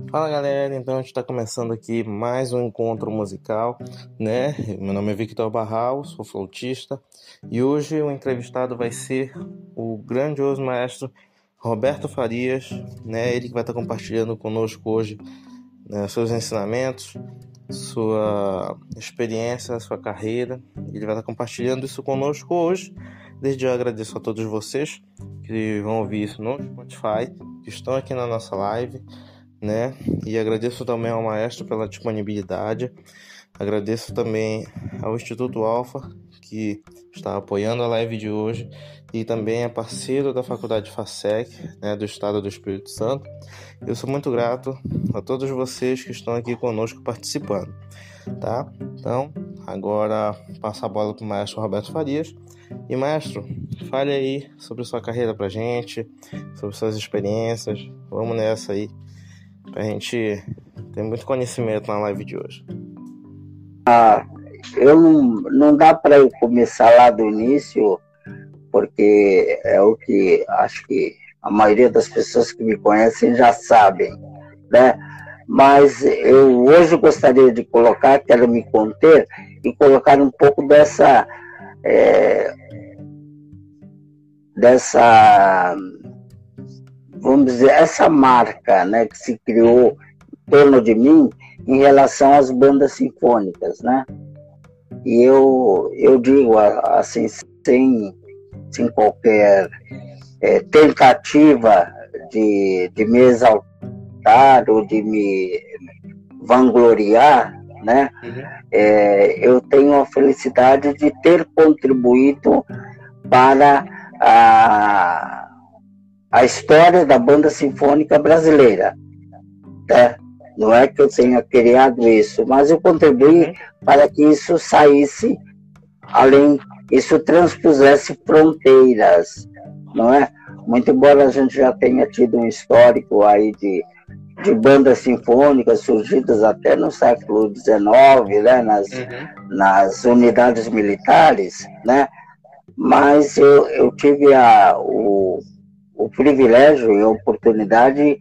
Fala galera, então a gente está começando aqui mais um encontro musical, né? Meu nome é Victor Barral, sou flautista e hoje o entrevistado vai ser o grandioso maestro Roberto Farias, né? Ele que vai estar compartilhando conosco hoje, né, seus ensinamentos, sua experiência, sua carreira. Ele vai estar compartilhando isso conosco hoje. Desde já agradeço a todos vocês que vão ouvir isso no Spotify, que estão aqui na nossa live, né? E agradeço também ao maestro pela disponibilidade. Agradeço também ao Instituto Alfa, que está apoiando a live de hoje e também é parceiro da Faculdade FASEC, né, do Estado do Espírito Santo. Eu sou muito grato a todos vocês que estão aqui conosco participando, tá? Então, agora passo a bola para o maestro Roberto Farias. E maestro, fale aí sobre sua carreira pra gente, sobre suas experiências. Vamos nessa aí, pra gente ter muito conhecimento na live de hoje. Não dá para eu começar lá do início, porque é o que acho que a maioria das pessoas que me conhecem já sabem, né? Mas eu hoje gostaria de colocar, quero me conter e colocar um pouco dessa vamos dizer, essa marca, né, que se criou em torno de mim em relação às bandas sinfônicas, né? E eu digo assim, sem qualquer tentativa de me exaltar ou de me vangloriar, né? Eu tenho a felicidade de ter contribuído para a história da banda sinfônica brasileira, né? Não é que eu tenha criado isso, mas eu contribuí para que isso saísse além, isso transpusesse fronteiras, não é? Muito embora a gente já tenha tido um histórico aí de bandas sinfônicas surgidas até no século XIX, né? Nas unidades militares, né? Mas eu tive o privilégio e a oportunidade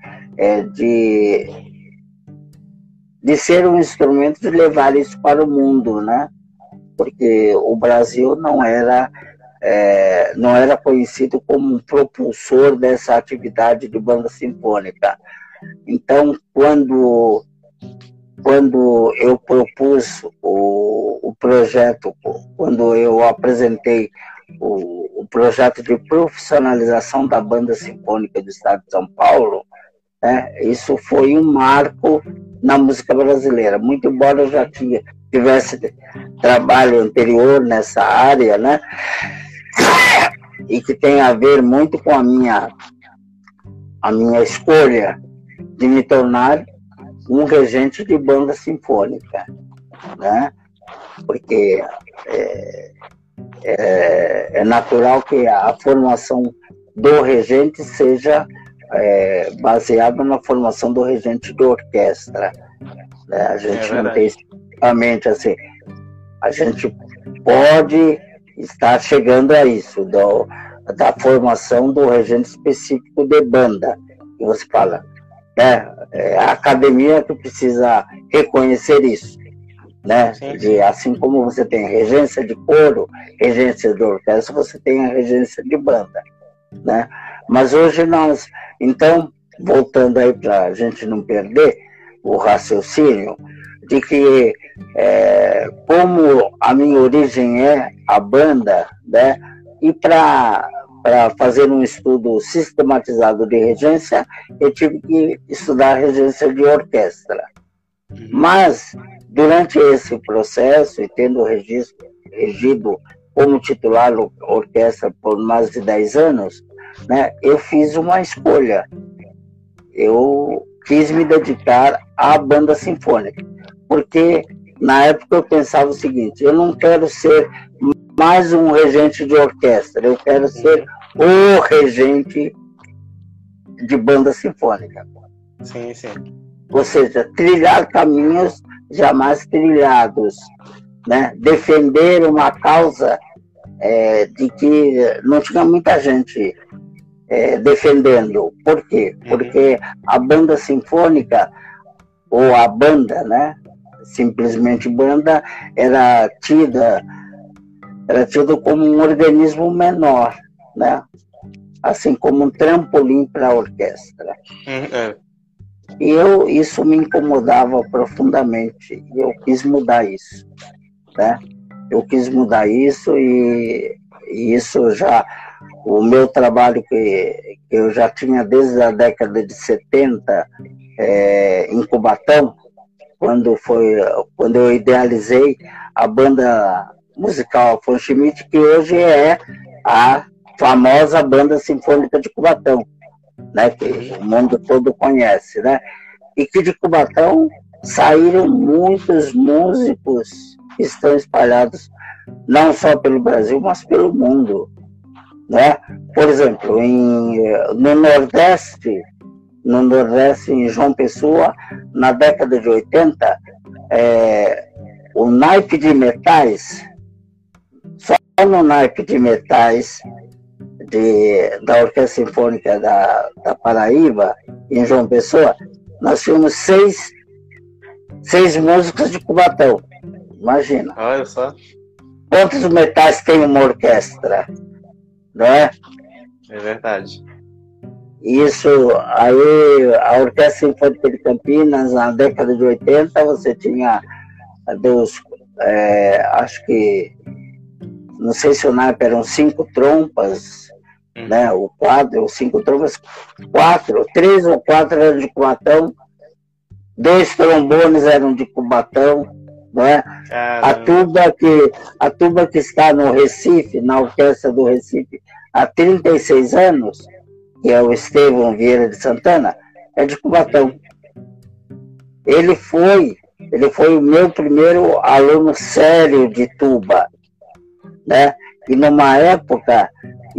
de ser um instrumento de levar isso para o mundo, né? Porque o Brasil não era conhecido como um propulsor dessa atividade de banda sinfônica. Então, quando eu propus o projeto, quando eu apresentei o projeto de profissionalização da banda sinfônica do Estado de São Paulo, né, isso foi um marco na música brasileira. Muito embora eu já tivesse trabalho anterior nessa área, né, e que tem a ver muito com a minha escolha de me tornar um regente de banda sinfônica, né? Porque é natural que a formação do regente seja baseada na formação do regente de orquestra, né? A gente não tem especificamente assim, a gente pode estar chegando a isso, da formação do regente específico de banda, que você fala. A academia que precisa reconhecer isso, né? Assim como você tem regência de coro, regência de orquestra, você tem a regência de banda, né? Mas hoje então, voltando aí para a gente não perder o raciocínio, de que como a minha origem é a banda, né? E para fazer um estudo sistematizado de regência, eu tive que estudar regência de orquestra. Mas, durante esse processo, e tendo regido como titular orquestra por mais de 10 anos, né, eu fiz uma escolha. Eu quis me dedicar à banda sinfônica, porque na época eu pensava o seguinte: eu não quero ser mais um regente de orquestra, eu quero ser o regente de banda sinfônica. Sim. Ou seja, trilhar caminhos jamais trilhados, né? Defender uma causa de que não tinha muita gente defendendo. Por quê? Porque a banda sinfônica, ou a banda, né? Simplesmente banda era tido como um organismo menor, né? Assim como um trampolim para a orquestra. E isso me incomodava profundamente. E eu quis mudar isso, né? Eu quis mudar isso e isso já, o meu trabalho que eu já tinha desde a década de 70 em Cubatão, quando eu idealizei a banda musical Afonso Schmidt, que hoje é a famosa Banda Sinfônica de Cubatão, né, que o mundo todo conhece, né? E que de Cubatão saíram muitos músicos que estão espalhados não só pelo Brasil, mas pelo mundo, né? Por exemplo, no Nordeste, em João Pessoa, na década de 80, o naipe de metais, só no naipe de metais da Orquestra Sinfônica da Paraíba, em João Pessoa, nós tínhamos seis músicos de Cubatão. Imagina. Olha só. Quantos metais tem uma orquestra? Não é? É verdade. Isso, aí a Orquestra Sinfônica de Campinas, na década de 80, você tinha acho que, não sei se o naipe eram 5 trompas, né? O 5 trompas, 3 ou 4 eram de Cubatão, 2 trombones eram de Cubatão, não é? A tuba que está no Recife, na Orquestra do Recife, há 36 anos, que é o Estevão Vieira de Santana, é de Cubatão. Ele foi o meu primeiro aluno sério de tuba, né? E numa época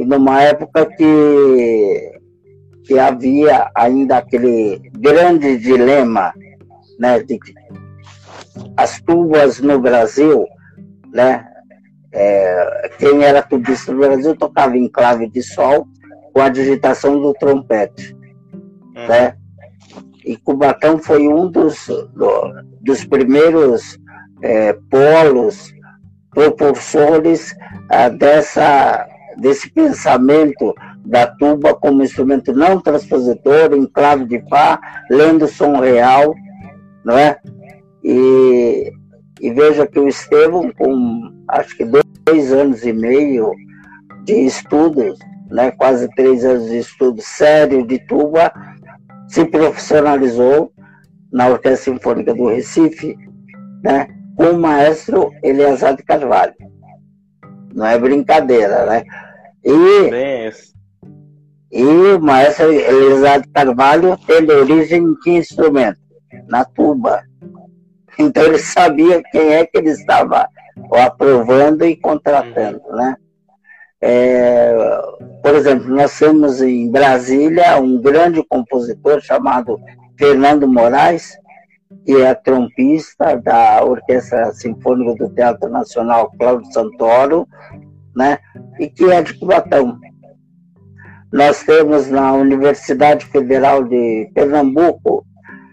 que havia ainda aquele grande dilema, né, de que as tubas no Brasil, né, quem era tubista no Brasil tocava em clave de sol com a digitação do trompete, né? E Cubatão foi um dos primeiros polos propulsores desse pensamento da tuba como instrumento não transpositor, em clave de Fá, lendo som real, não é? E veja que o Estevão, com acho que 2 anos e meio de estudos, né, quase 3 anos de estudo sério de tuba, se profissionalizou na Orquestra Sinfônica do Recife, né, com o maestro Eleazar de Carvalho. Não é brincadeira, né? E o maestro Eleazar de Carvalho teve origem em que instrumento? Na tuba. Então ele sabia quem é que ele estava aprovando e contratando, né? Por exemplo, nós temos em Brasília um grande compositor chamado Fernando Moraes, que é trompista da Orquestra Sinfônica do Teatro Nacional Cláudio Santoro, né? E que é de Cubatão. Nós temos na Universidade Federal de Pernambuco,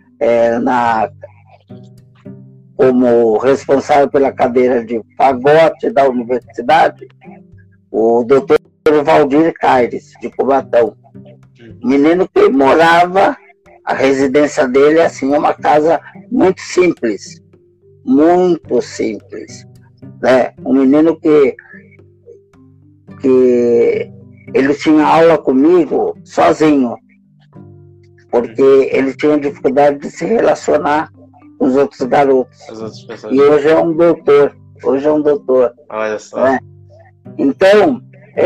como responsável pela cadeira de fagote da universidade, o doutor Valdir Caires, de Cubatão. Menino que morava, a residência dele, assim, uma casa muito simples, né? Um menino que ele tinha aula comigo sozinho, porque ele tinha dificuldade de se relacionar com os outros garotos. E hoje é um doutor. Olha só. Né? Então,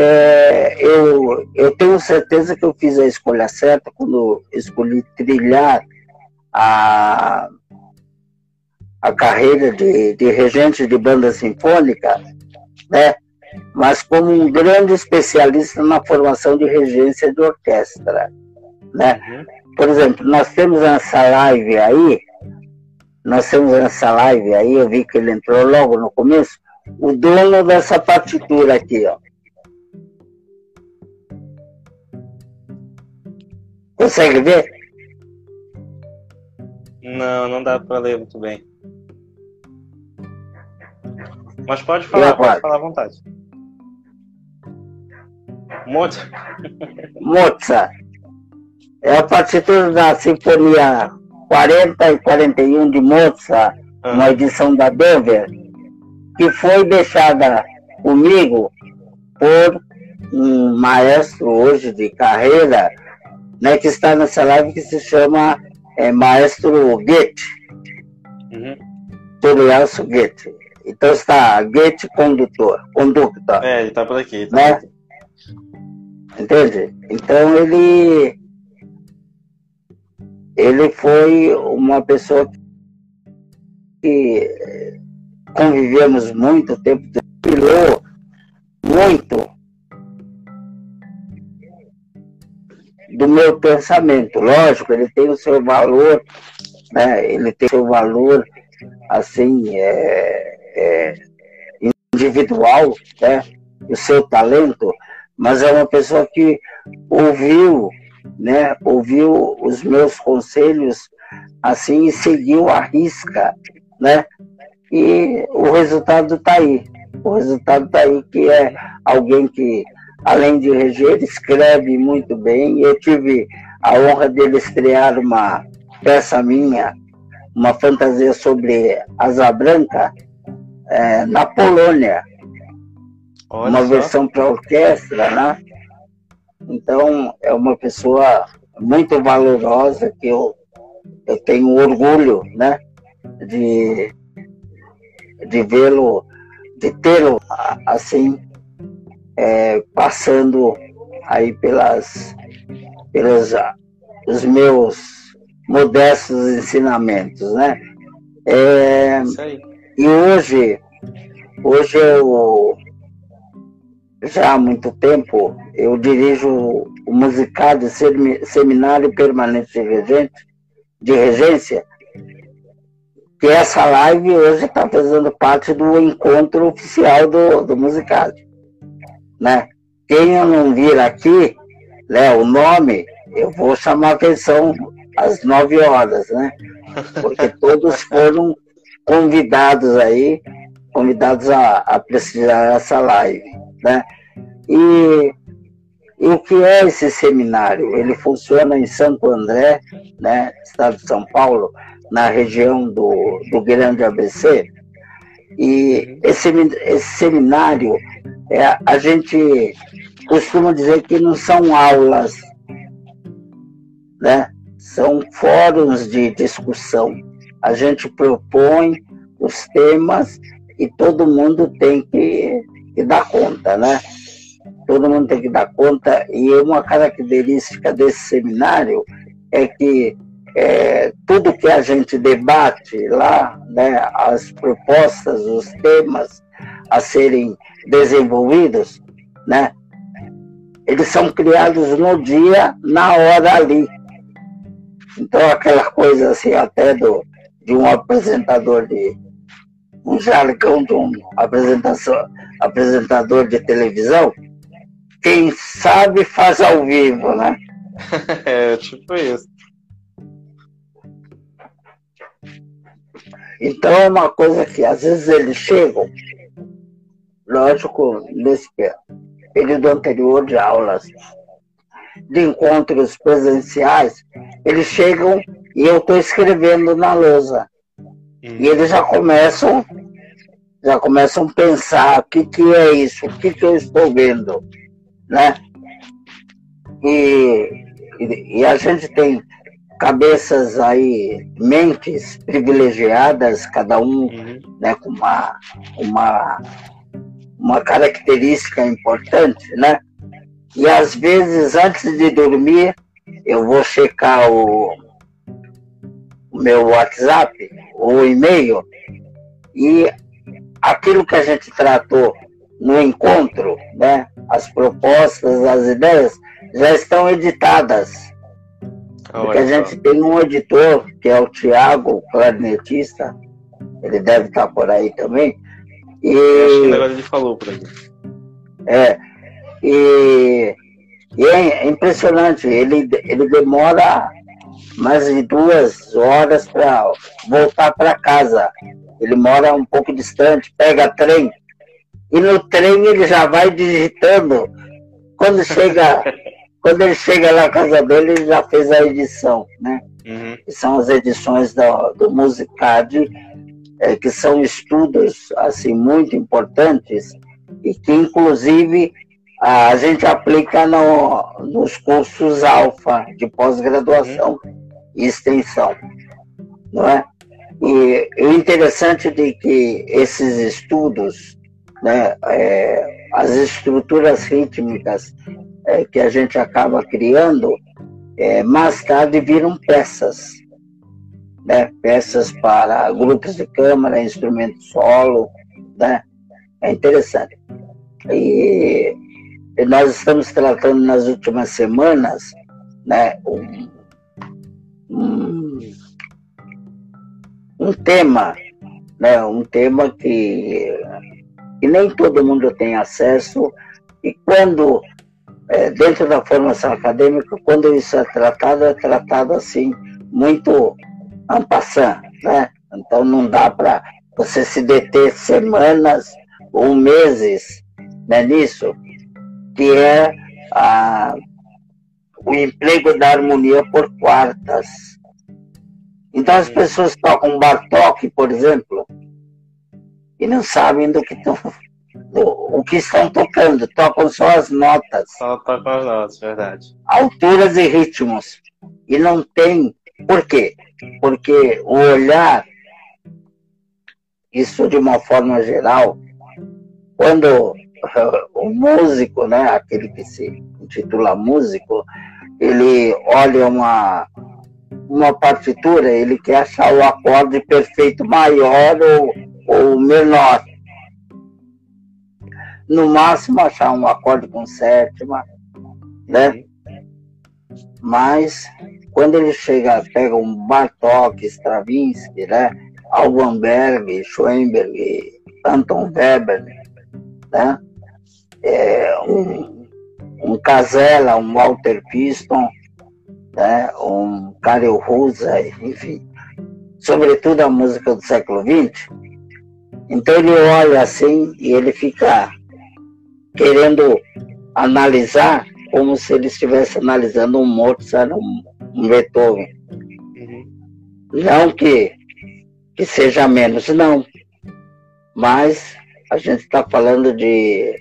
eu tenho certeza que eu fiz a escolha certa quando escolhi trilhar a carreira de regente de banda sinfônica, né? Mas como um grande especialista na formação de regência de orquestra, né? Por exemplo, nós temos essa live aí, eu vi que ele entrou logo no começo, o dono dessa partitura aqui, ó. Consegue ver? Não, não dá para ler muito bem. Mas pode falar à vontade. Mozart. É a partitura da Sinfonia 40 e 41 de Mozart, uma edição da Denver, que foi deixada comigo por um maestro hoje de carreira, né, que está nessa live, que se chama Maestro Goethe. Torielso Goethe. Então está Goethe condutor. Ele está por aqui. Né? Entende? Então ele foi uma pessoa que convivemos muito tempo, inspirou muito do meu pensamento. Lógico, ele tem o seu valor, né? Ele tem o seu valor assim, individual, né? O seu talento, mas é uma pessoa que ouviu, né? Ouviu os meus conselhos assim e seguiu à risca, né? E o resultado está aí. O resultado está aí, que é alguém que, além de reger, escreve muito bem. Eu tive a honra dele estrear uma peça minha, uma fantasia sobre Asa Branca, na Polônia. Uma versão para orquestra, né? Então, é uma pessoa muito valorosa, que eu tenho orgulho, né? De vê-lo, de tê-lo assim, passando aí os meus modestos ensinamentos, né? E hoje eu, já há muito tempo, eu dirijo o Musicado Seminário Permanente de Regência, que essa live hoje está fazendo parte do encontro oficial do Musicado, né? Quem eu não vir aqui, né, o nome, eu vou chamar a atenção às 9 horas, né? Porque todos foram convidados a prestigiar essa live, né? E o que é esse seminário? Ele funciona em Santo André, né, estado de São Paulo, na região do Grande ABC. E esse seminário, a gente costuma dizer que não são aulas, né? São fóruns de discussão. A gente propõe os temas e todo mundo tem que dar conta, né? Todo mundo tem que dar conta. E uma característica desse seminário é que tudo que a gente debate lá, né, as propostas, os temas a serem desenvolvidos, né, eles são criados no dia, na hora ali. Então, aquela coisa assim, até de um apresentador um jargão de um apresentador de televisão, quem sabe faz ao vivo, né? Tipo isso. Então é uma coisa que às vezes eles chegam, lógico, nesse período anterior de aulas, de encontros presenciais, eles chegam e eu estou escrevendo na lousa. E eles já começam a pensar o que é isso, o que eu estou vendo, né? E a gente tem cabeças aí, mentes privilegiadas, cada um, né, com uma característica importante, né? E às vezes, antes de dormir, eu vou checar o meu WhatsApp ou o e-mail, e aquilo que a gente tratou no encontro, né, as propostas, as ideias, já estão editadas. Porque a gente tem um editor, que é o Tiago, o clarinetista, ele deve estar por aí também. E acho que agora ele falou por aí. E é impressionante, ele demora mais de 2 horas para voltar para casa. Ele mora um pouco distante, pega trem, e no trem ele já vai digitando. Quando ele chega lá na casa dele, ele já fez a edição, né? Uhum. Que são as edições do Musicad, que são estudos assim, muito importantes e que, inclusive, a gente aplica nos cursos alfa de pós-graduação e extensão, não é? E o interessante de que esses estudos, né, as estruturas rítmicas que a gente acaba criando, mais tarde viram peças, né? Peças para grupos de câmara, instrumento solo, né? É interessante. E nós estamos tratando nas últimas semanas, né, um tema, né, um tema que nem todo mundo tem acesso, e quando dentro da formação acadêmica, quando isso é tratado assim, muito en passant, né? Então não dá para você se deter semanas ou meses, né, nisso, que é o emprego da harmonia por quartas. Então as pessoas tocam Bartók, por exemplo, e não sabem o que estão tocando, tocam só as notas. Só tocam as notas, verdade. Alturas e ritmos. E não tem. Por quê? Porque o olhar, isso de uma forma geral, quando o músico, né, aquele que se intitula músico, ele olha uma partitura, ele quer achar o acorde perfeito maior ou menor. No máximo achar um acorde com sétima, né? Mas quando ele pega um Bartók, Stravinsky, né? Alban Berg, Schoenberg, Anton Weber, né? Um Casella, um Walter Piston, né? Um Karel Rusa, enfim, sobretudo a música do século XX. Então ele olha assim e ele fica querendo analisar como se ele estivesse analisando um Mozart, um Beethoven. Não que seja menos, não. Mas a gente está falando de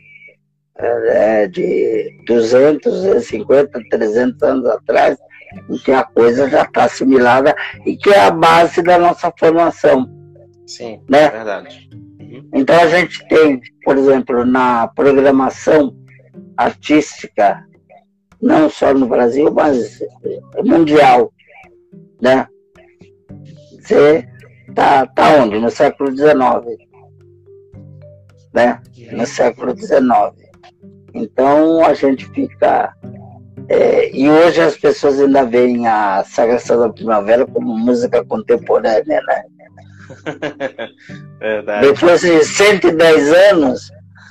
200, 250, 300 anos atrás, em que a coisa já está assimilada e que é a base da nossa formação. Sim, né? É verdade. Então a gente tem, por exemplo, na programação artística, não só no Brasil, mas mundial, né? Você tá onde? No século XIX, né? No século XIX. Então a gente fica... e hoje as pessoas ainda veem a Sagração da Primavera como música contemporânea, né? Verdade. Depois de 110 anos,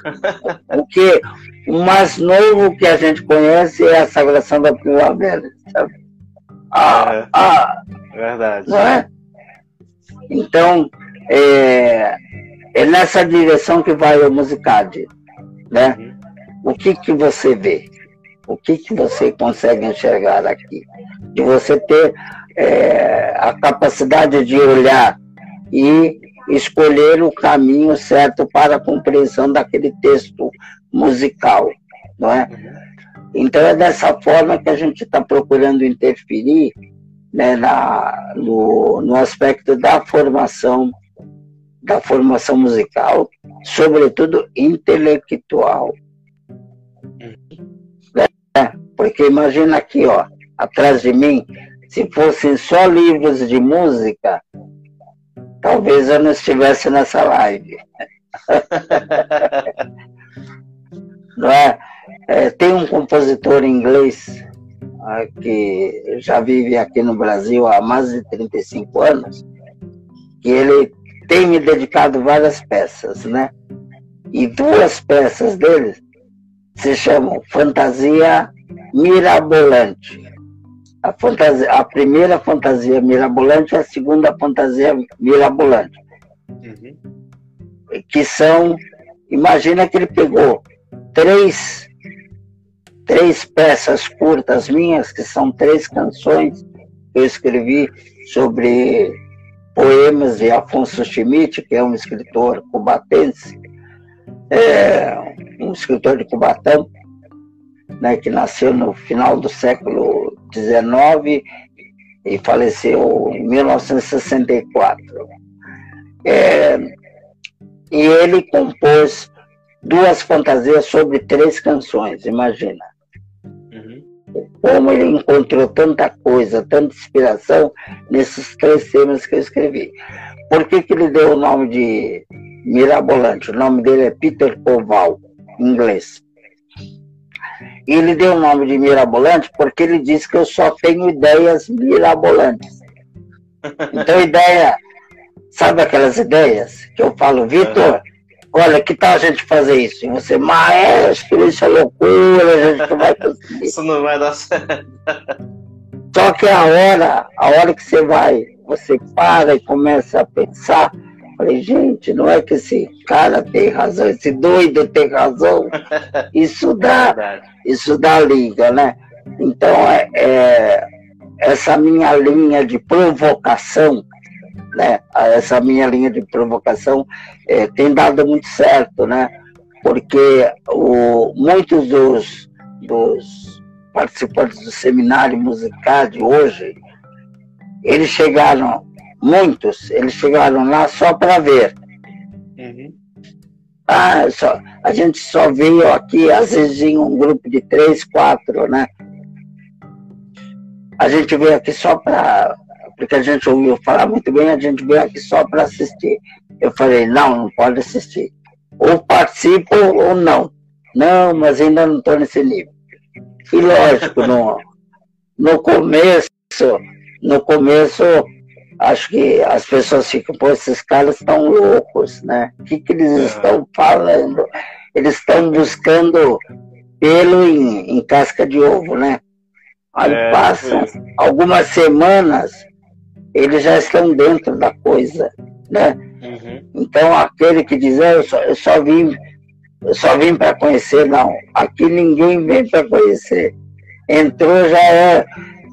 o mais novo que a gente conhece é a Sagração da Primavera, sabe? Verdade. Não é? Então, é nessa direção que vai o Musicad, né? O que você vê? O que você consegue enxergar aqui? De você ter a capacidade de olhar e escolher o caminho certo para a compreensão daquele texto musical, não é? Então é dessa forma que a gente está procurando interferir, né, no aspecto da formação musical, sobretudo intelectual. Porque imagina aqui, ó, atrás de mim, se fossem só livros de música, talvez eu não estivesse nessa live. Não é? Tem um compositor inglês que já vive aqui no Brasil há mais de 35 anos, que ele tem me dedicado várias peças, né? E 2 peças dele se chamam Fantasia Mirabolante. A primeira fantasia mirabolante e a segunda fantasia mirabolante. Uhum. Que são, imagina que ele pegou três peças curtas minhas, que são 3 canções que eu escrevi sobre poemas de Afonso Schmidt, que é um escritor cubatense, um escritor de Cubatão, né, que nasceu no final do século XIX e faleceu em 1964. E ele compôs 2 fantasias sobre 3 canções, imagina. Uhum. Como ele encontrou tanta coisa, tanta inspiração nesses 3 temas que eu escrevi. Por que ele deu o nome de Mirabolante? O nome dele é Peter Koval, em inglês. E ele deu o nome de Mirabolante porque ele disse que eu só tenho ideias mirabolantes. Então, ideia, sabe aquelas ideias que eu falo, Vitor, olha, que tal a gente fazer isso? E você, maestro, isso é loucura, a gente não vai conseguir. Isso não vai dar certo. Só que a hora que você para e começa a pensar, falei, gente, não é que esse cara tem razão, esse doido tem razão. Isso dá liga, né? Então, essa minha linha de provocação, né? Essa minha linha de provocação tem dado muito certo, né? Porque muitos dos participantes do seminário musical de hoje, muitos chegaram lá só para ver. Uhum. A gente só veio aqui, às vezes em um grupo de 3, 4, né? A gente veio aqui só para... Porque a gente ouviu falar muito bem, a gente veio aqui só para assistir. Eu falei, não pode assistir. Ou participo ou não. Não, mas ainda não estou nesse nível. E lógico, no começo, acho que as pessoas ficam, pô, esses caras estão loucos, né? O que eles estão falando? Eles estão buscando pelo em casca de ovo, né? Aí passam algumas semanas, eles já estão dentro da coisa, né? Uhum. Então, aquele que diz, eu só vim para conhecer, não. Aqui ninguém vem para conhecer. Entrou, já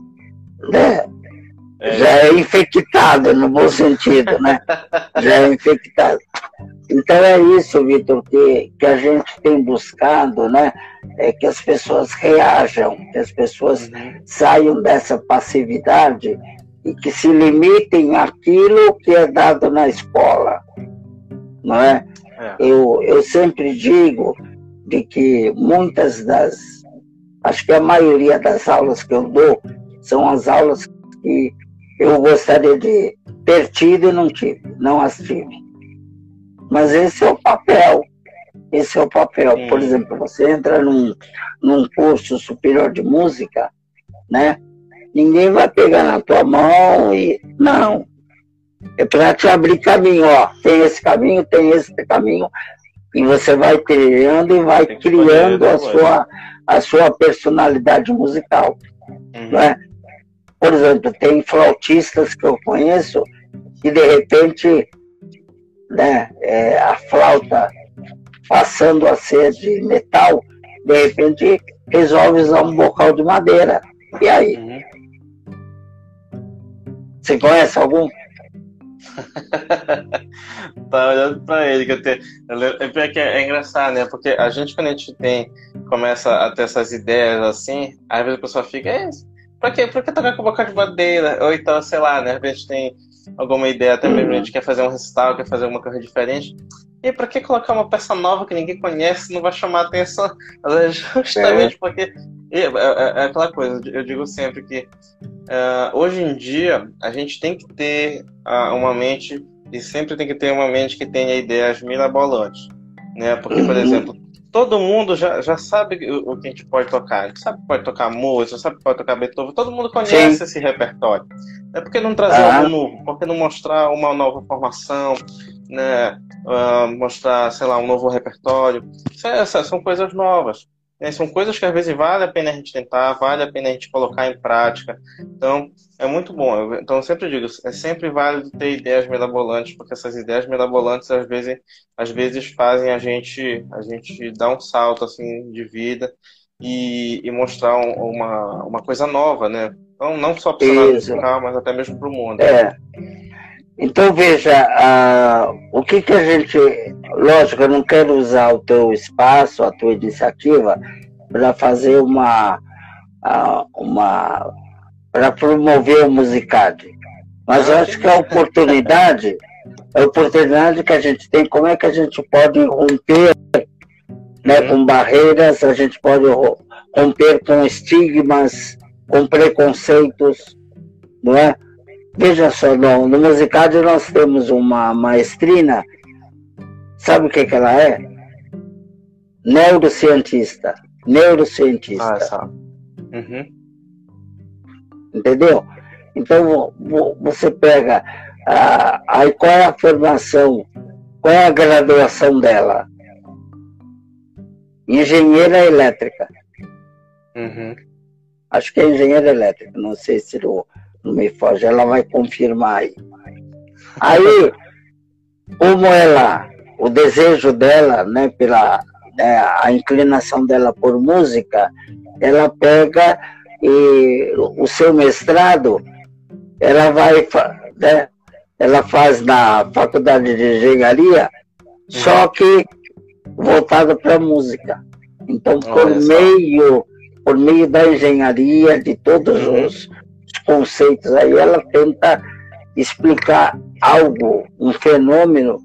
é infectado, no bom sentido, né? Já é infectado. Então é isso, Vitor, que a gente tem buscado, né? É que as pessoas reajam, que as pessoas saiam dessa passividade e que se limitem àquilo que é dado na escola, não é? Eu sempre digo de que acho que a maioria das aulas que eu dou são as aulas que eu gostaria de ter tido e não as tive. Mas esse é o papel. Sim. Por exemplo, você entra num curso superior de música, né? Ninguém vai pegar na tua mão e... Não. É para te abrir caminho, ó. Tem esse caminho, e você vai trilhando e vai criando a sua personalidade musical. Né? Por exemplo, tem flautistas que eu conheço que de repente, né, a flauta passando a ser de metal, de repente resolve usar um bocal de madeira. E aí? Você conhece algum? Tá olhando pra ele, que é engraçado, né? Porque a gente, quando a gente começa a ter essas ideias assim, às vezes a pessoa fica, pra que tocar com boca de madeira? Ou então, sei lá, né? Às vezes tem alguma ideia, até mesmo a gente quer fazer um recital, quer fazer alguma coisa diferente. E pra que colocar uma peça nova que ninguém conhece, não vai chamar a atenção? Justamente porque é aquela coisa, eu digo sempre que hoje em dia a gente tem que ter uma mente, e sempre tem que ter uma mente que tenha ideias mirabolantes, né? Porque, por exemplo, todo mundo já sabe o que a gente pode tocar. A gente sabe que pode tocar Mozart, sabe que pode tocar Beethoven, todo mundo conhece esse repertório. Por que não trazer algo novo? Por que não mostrar uma nova formação, né? Mostrar, sei lá, um novo repertório? Essas são coisas novas. né? São coisas que às vezes vale a pena a gente tentar, vale a pena a gente colocar em prática. Então, é muito bom. Então, eu sempre digo, é sempre válido ter ideias mirabolantes, porque essas ideias mirabolantes às vezes fazem a gente dar um salto assim de vida e mostrar uma coisa nova, né? Então, não só para o cenário Isso. musical, mas até mesmo para o mundo. Então, veja, o que a gente... Lógico, eu não quero usar o teu espaço, a tua iniciativa, para fazer para promover o Musicade. Mas eu acho que a oportunidade que a gente tem, como é que a gente pode romper, né, com barreiras, a gente pode romper com estigmas, com preconceitos, não é? Veja só, no Musicade nós temos uma maestrina, sabe o que ela é? Neurocientista. Entendeu? Então, você pega, aí qual é a formação, qual é a graduação dela? Engenheira elétrica. Acho que é engenheira elétrica, não sei se não me foge, ela vai confirmar aí. Aí, como o desejo dela, né, a inclinação dela por música, ela pega e o seu mestrado, ela faz na faculdade de engenharia, só que voltada para música. Então, por meio da engenharia, de todos os conceitos aí, ela tenta explicar algo, um fenômeno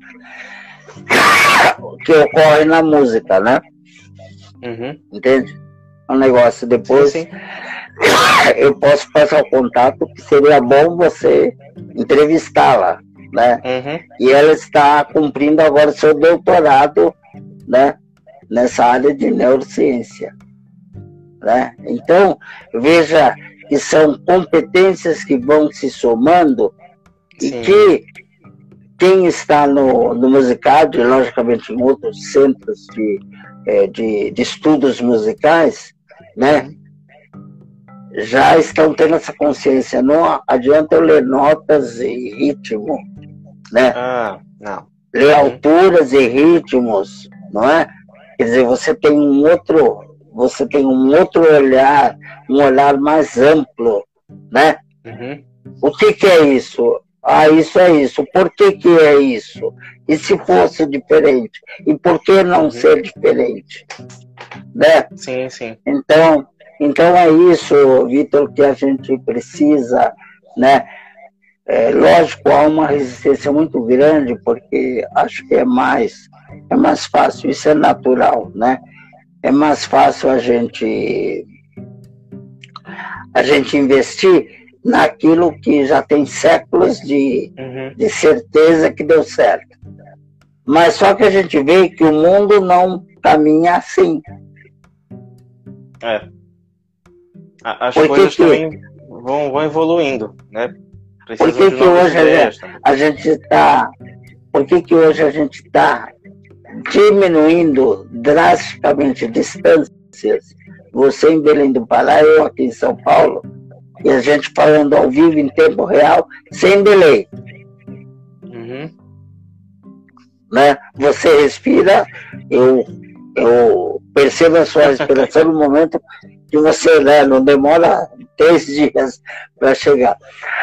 que ocorre na música, né? Entende? Um negócio depois. Sim. Eu posso passar o contato, que seria bom você entrevistá-la, né? E ela está cumprindo agora seu doutorado, né, nessa área de neurociência, né? Então, veja que são competências que vão se somando. Sim. E que quem está no Musicade, logicamente em outros centros de estudos musicais, né, já estão tendo essa consciência. Não adianta eu ler notas e ritmo, né? Não. Ler alturas e ritmos, não é? Quer dizer, você tem um outro olhar, um olhar mais amplo, né? O que é isso? Isso é isso. Por que é isso? E se fosse diferente? E por que não ser diferente? Né? Sim, sim. Então é isso, Vitor, que a gente precisa, né? Lógico, há uma resistência muito grande, porque acho que é mais fácil, isso é natural, né? É mais fácil a gente investir naquilo que já tem séculos de certeza que deu certo. Mas só que a gente vê que o mundo não caminha assim. As coisas também vão evoluindo, né? Por que hoje a gente está diminuindo drasticamente distâncias? Você em Belém do Pará, eu aqui em São Paulo, e a gente falando ao vivo em tempo real, sem delay. Né? Você respira, eu percebo a sua respiração no momento que você, né, não demora 3 dias para chegar.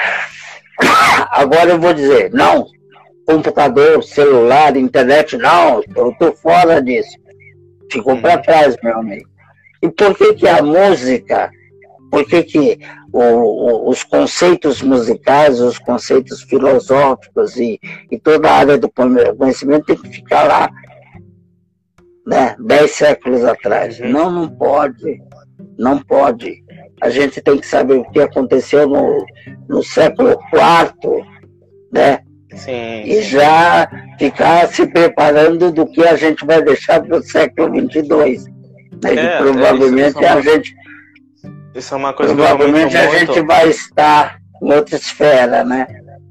Agora eu vou dizer, não, computador, celular, internet, não, eu estou fora disso. Ficou para trás, meu amigo. E por que a música, por que os conceitos musicais, os conceitos filosóficos e toda a área do conhecimento tem que ficar lá, né, 10 séculos atrás? Não pode. Não pode. A gente tem que saber o que aconteceu no século IV, né? Sim. E já ficar se preparando do que a gente vai deixar para o século XXII. Né? E provavelmente a gente... Isso é uma coisa provavelmente que eu comento a gente vai estar em outra esfera, né?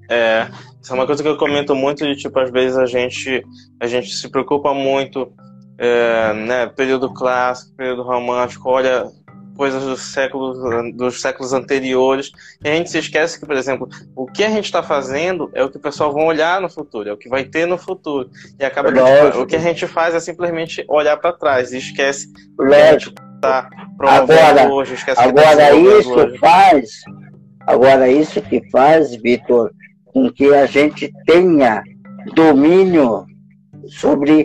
Isso é uma coisa que eu comento muito, de tipo, às vezes a gente se preocupa muito né, período clássico, período romântico, olha coisas dos séculos anteriores, e a gente se esquece que, por exemplo, o que a gente está fazendo é o que o pessoal vai olhar no futuro, é o que vai ter no futuro, e acaba que tipo, o que a gente faz é simplesmente olhar para trás e esquece o que a gente está promovendo hoje, esquece o que agora isso hoje. Agora isso que faz, Vitor, com que a gente tenha domínio sobre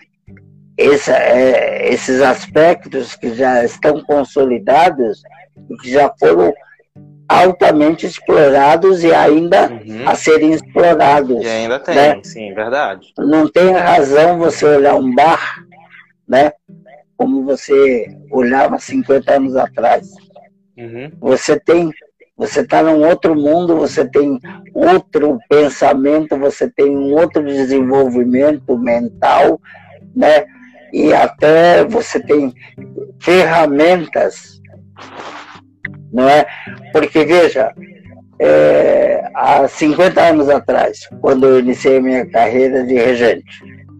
esses aspectos que já estão consolidados e que já foram altamente explorados e ainda a serem explorados. E ainda tem, né? Sim, verdade. Não tem razão você olhar um bar, né, como você olhava 50 anos atrás. Você está num outro mundo, você tem outro pensamento, você tem um outro desenvolvimento mental, né? E até você tem ferramentas, não é? Porque, veja, há 50 anos atrás, quando eu iniciei minha carreira de regente,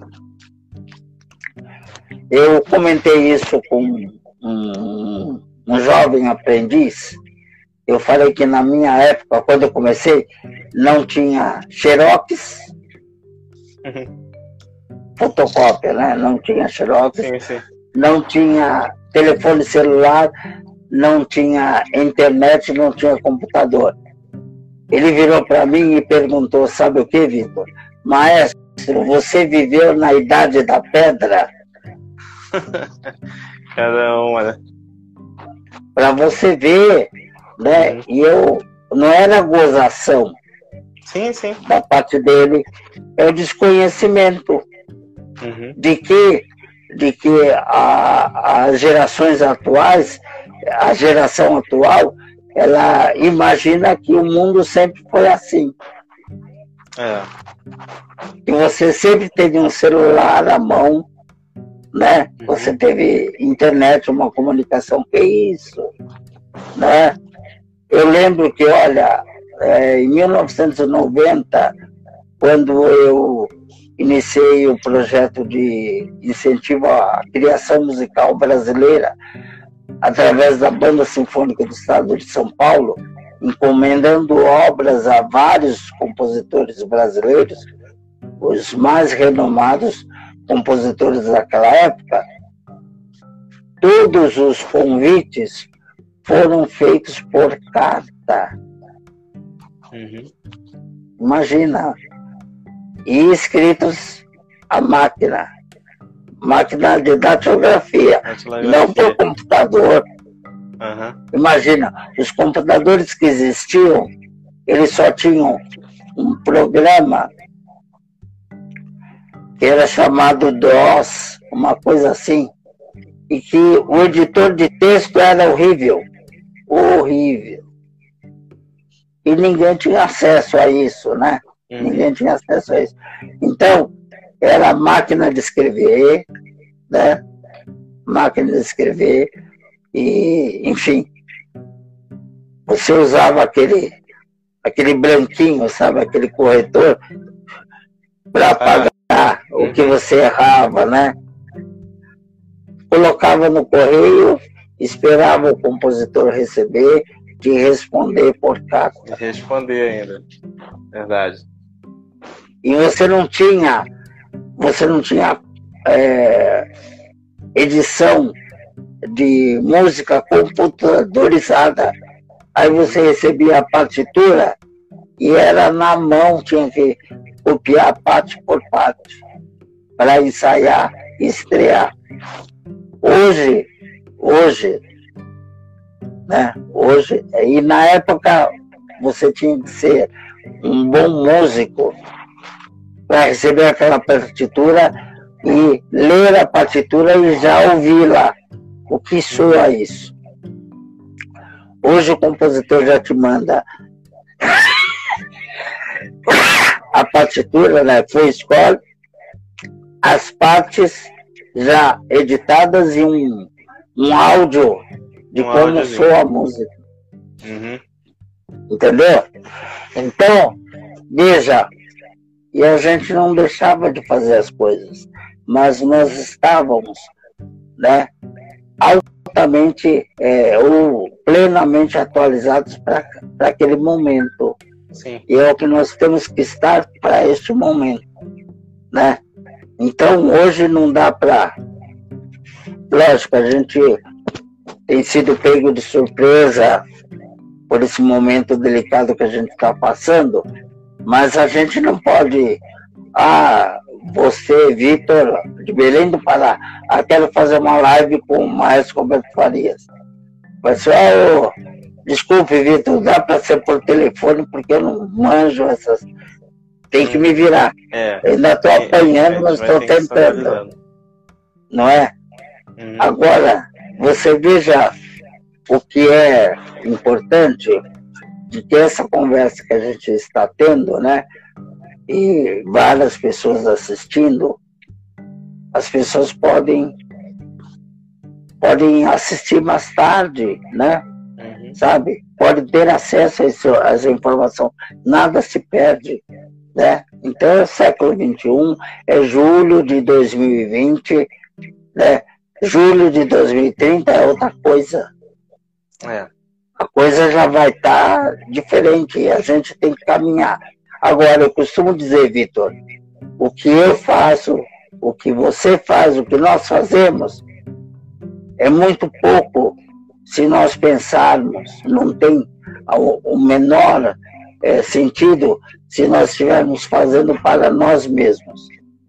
eu comentei isso com um jovem aprendiz. Eu falei que na minha época, quando eu comecei, não tinha xerox, fotocópia, né? Não tinha xerox, sim. Não tinha telefone celular, não tinha internet, não tinha computador. Ele virou para mim e perguntou, sabe o que, Vitor? Maestro, você viveu na idade da pedra? Cada uma, né? Para você ver, né? E eu não era gozação. Sim. Da parte dele, é o desconhecimento de que as gerações atuais, a geração atual, ela imagina que o mundo sempre foi assim. Que você sempre teve um celular à mão, né? Você teve internet, uma comunicação, que isso, né? Eu lembro que, olha, em 1990, quando eu iniciei o projeto de incentivo à criação musical brasileira, através da Banda Sinfônica do Estado de São Paulo, encomendando obras a vários compositores brasileiros, os mais renomados compositores daquela época. Todos os convites foram feitos por carta. Imagina. E escritos à máquina de datilografia, não por computador. Imagina, os computadores que existiam, eles só tinham um programa que era chamado DOS, uma coisa assim, e que o editor de texto era horrível. E ninguém tinha acesso a isso, né? Ninguém tinha acesso a isso. Então, era máquina de escrever, né? Máquina de escrever, e, enfim, você usava aquele branquinho, sabe? Aquele corretor, para apagar o que você errava, né? Colocava no correio, esperava o compositor receber, de responder por carta. Responder ainda, verdade. E você não tinha edição de música computadorizada. Aí você recebia a partitura e era na mão, tinha que copiar parte por parte para ensaiar e estrear. Hoje, né? E na época você tinha que ser um bom músico para receber aquela partitura e ler a partitura e já ouvi-la. O que soa isso? Hoje o compositor já te manda a partitura, né? Você escolhe as partes já editadas e um áudio de como soa a música. Entendeu? Então, veja, e a gente não deixava de fazer as coisas. mas nós estávamos, né, altamente ou plenamente atualizados para aquele momento. Sim. E é o que nós temos que estar para este momento, né? Então, hoje não dá para... Lógico, a gente tem sido pego de surpresa por esse momento delicado que a gente está passando, mas a gente não pode... você, Vitor, de Belém do Pará, quero fazer uma live com o Maestro Roberto Farias. Pessoal, desculpe, Vitor, dá para ser por telefone, porque eu não manjo essas... Tem que me virar. Eu ainda estou apanhando, mas estou tentando. Não é? Agora, você veja o que é importante de que essa conversa que a gente está tendo, né? E várias pessoas assistindo, as pessoas podem assistir mais tarde, né? Sabe? Pode ter acesso a essa informação. Nada se perde, né? Então é século XXI, é julho de 2020, né? Julho de 2030 é outra coisa. A coisa já vai estar diferente e a gente tem que caminhar. Agora, eu costumo dizer, Vitor, o que eu faço, o que você faz, o que nós fazemos, é muito pouco se nós pensarmos. Não tem o menor sentido se nós estivermos fazendo para nós mesmos.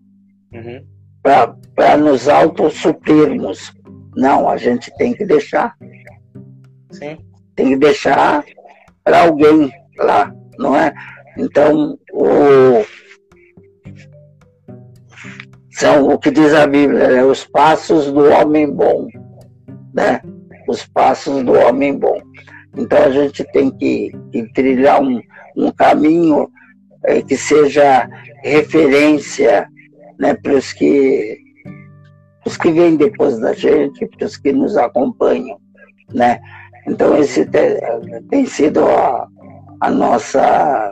Para nos autossuprirmos. Não, a gente tem que deixar. Sim. Tem que deixar para alguém lá, não é? Então, são o que diz a Bíblia, né? Os passos do homem bom, né? Os passos do homem bom. Então, a gente tem que trilhar um caminho que seja referência, né, para os que vêm depois da gente, para os que nos acompanham, né? Então, esse tem sido a nossa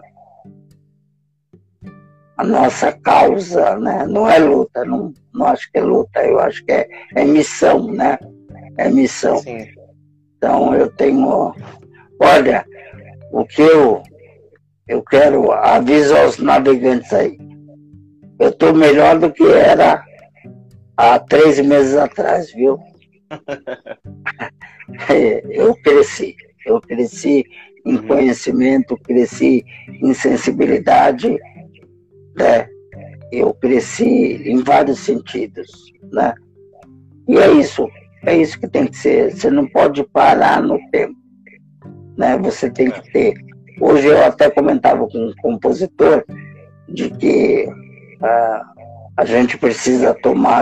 causa, né? Não é luta, não acho que é luta, eu acho que é missão, né? É missão. Sim. Então, eu tenho... Olha, o que eu quero, aviso aos navegantes aí, eu estou melhor do que era há 3 meses atrás, viu? Eu cresci em conhecimento, cresci em sensibilidade, né? Eu cresci em vários sentidos, né? E é isso que tem que ser. Você não pode parar no tempo, né? Você tem que ter. Hoje eu até comentava com um compositor de que a gente precisa tomar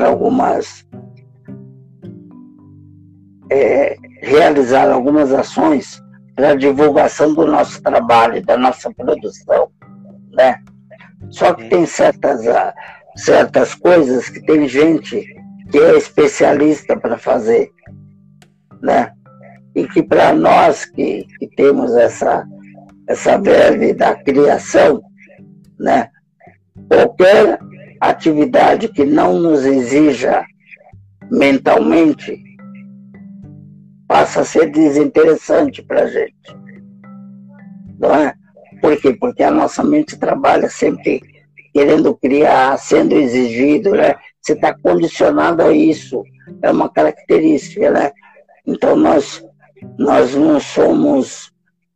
realizar algumas ações para a divulgação do nosso trabalho, da nossa produção, né? Só que tem certas coisas que tem gente que é especialista para fazer, né? E que para nós que temos essa verve da criação, né? Qualquer atividade que não nos exija mentalmente passa a ser desinteressante para a gente, não é? Por quê? Porque a nossa mente trabalha sempre querendo criar, sendo exigido, né? Você está condicionado a isso, é uma característica, né? Então nós não somos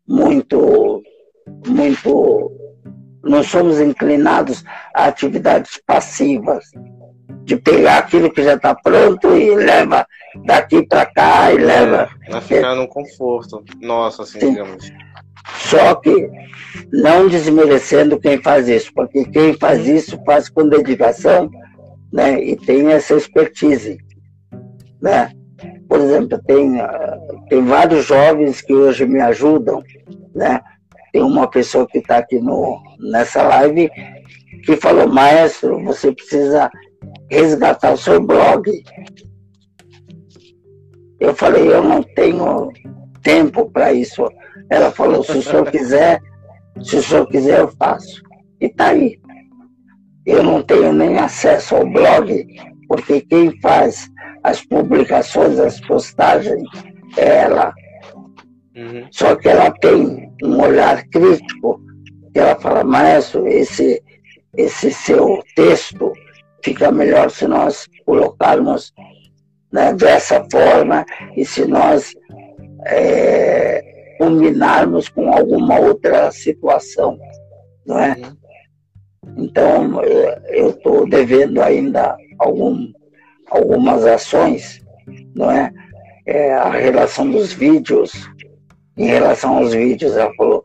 não somos inclinados a atividades passivas, de pegar aquilo que já está pronto e leva daqui para cá e leva... Vai ficar no conforto nosso, assim, sim, digamos. Só que não desmerecendo quem faz isso, porque quem faz isso faz com dedicação, né? E tem essa expertise, né? Por exemplo, tem vários jovens que hoje me ajudam, né? Tem uma pessoa que está aqui nessa live que falou: maestro, você precisa resgatar o seu blog. Eu falei: eu não tenho tempo para isso. Ela falou: se o senhor quiser eu faço. E tá aí. Eu não tenho nem acesso ao blog, porque quem faz as publicações, as postagens, é ela. Só que ela tem um olhar crítico, que ela fala, maestro, esse seu texto fica melhor se nós colocarmos, né, dessa forma e se nós combinarmos com alguma outra situação, não é? Então, eu estou devendo ainda algumas ações, não é? A relação dos vídeos, em relação aos vídeos, ela falou,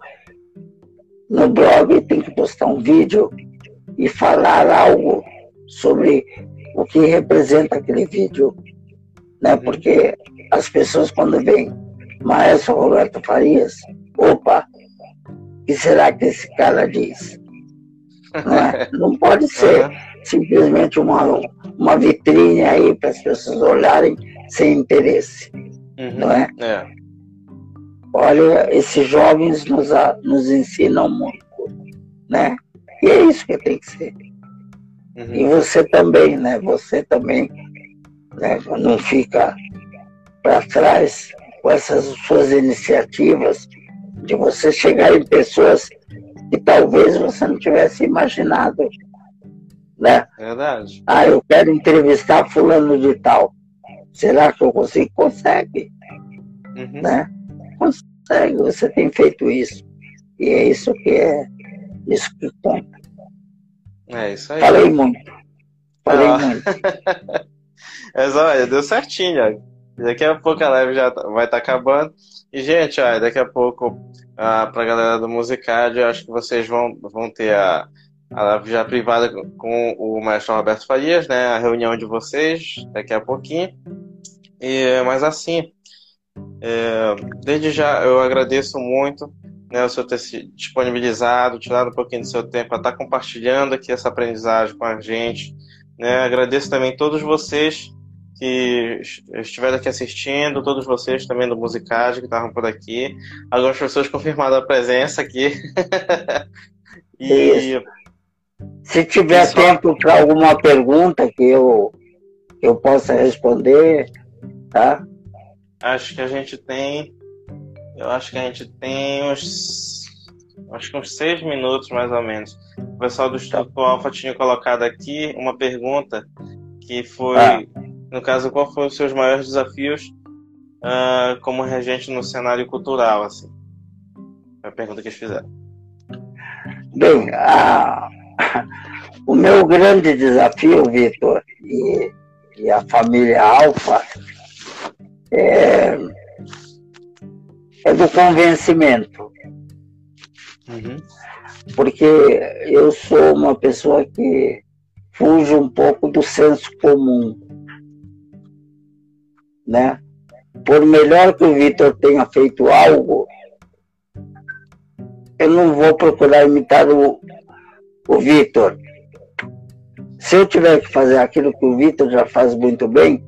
no blog tem que postar um vídeo e falar algo sobre o que representa aquele vídeo, né? Porque as pessoas quando veem Maestro Roberto Farias, opa, o que será que esse cara diz? Não é? Não pode ser simplesmente uma vitrine aí para as pessoas olharem sem interesse, não é? Olha, esses jovens nos ensinam muito, né? E é isso que tem que ser. E você também, né? Você também, né, não fica para trás com essas suas iniciativas de você chegar em pessoas que talvez você não tivesse imaginado, né? Verdade. Ah, eu quero entrevistar fulano de tal. Será que eu consigo? Consegue, né? Consegue, você tem feito isso. E é isso que conta. É isso aí. Falei muito. Muito. Mas olha, deu certinho, ó. Daqui a pouco a live já vai estar acabando. E, gente, olha, daqui a pouco, pra galera do Musicad, eu acho que vocês vão ter a live já privada com o Maestro Roberto Farias, né? A reunião de vocês, daqui a pouquinho. Mas assim, desde já eu agradeço muito, né, o senhor ter se disponibilizado, tirado um pouquinho do seu tempo para estar compartilhando aqui essa aprendizagem com a gente, né? Agradeço também todos vocês que estiveram aqui assistindo, todos vocês também do Musicad que estavam por aqui, algumas pessoas confirmaram a presença aqui. E se tiver tempo para alguma pergunta que eu possa responder, tá? Acho que a gente tem uns 6 minutos mais ou menos. O pessoal do Instituto Alfa tinha colocado aqui uma pergunta que foi, no caso, qual foram os seus maiores desafios como regente no cenário cultural, assim? É a pergunta que eles fizeram. Bem, o meu grande desafio, Vitor, e a família Alfa, é do convencimento. Porque eu sou uma pessoa que fuge um pouco do senso comum, né? Por melhor que o Vitor tenha feito algo, eu não vou procurar imitar o Vitor. Se eu tiver que fazer aquilo que o Vitor já faz muito bem,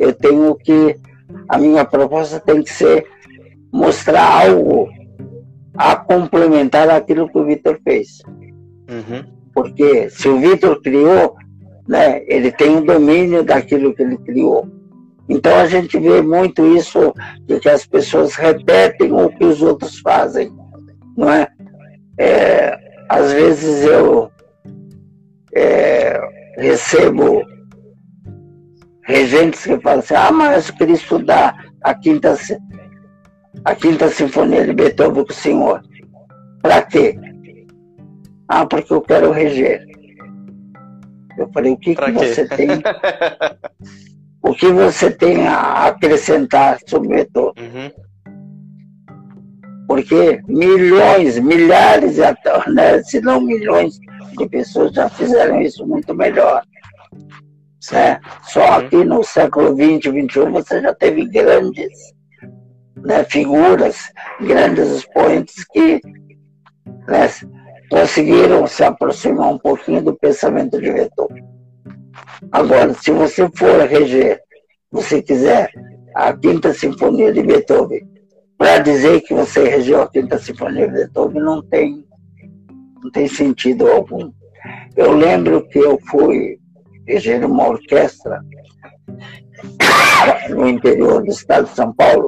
a minha proposta tem que ser mostrar algo a complementar aquilo que o Vitor fez. Porque se o Vitor criou, né, ele tem o domínio daquilo que ele criou. Então a gente vê muito isso de que as pessoas repetem o que os outros fazem, não é? Às vezes eu recebo regentes que falam assim, mas eu queria estudar a quinta Sinfonia de Beethoven com o senhor. Para quê? Porque eu quero reger. Eu falei, o que você tem? O que você tem a acrescentar sobre Beethoven? Porque milhões, milhares, né, se não milhões de pessoas já fizeram isso muito melhor. Né? Só aqui no século XX, XXI, você já teve grandes, né, figuras, grandes expoentes que, né, conseguiram se aproximar um pouquinho do pensamento de Beethoven. Agora, se você for reger, você quiser a Quinta Sinfonia de Beethoven, para dizer que você regeu a Quinta Sinfonia de Beethoven, não tem sentido algum. Eu lembro que eu fui reger uma orquestra no interior do estado de São Paulo,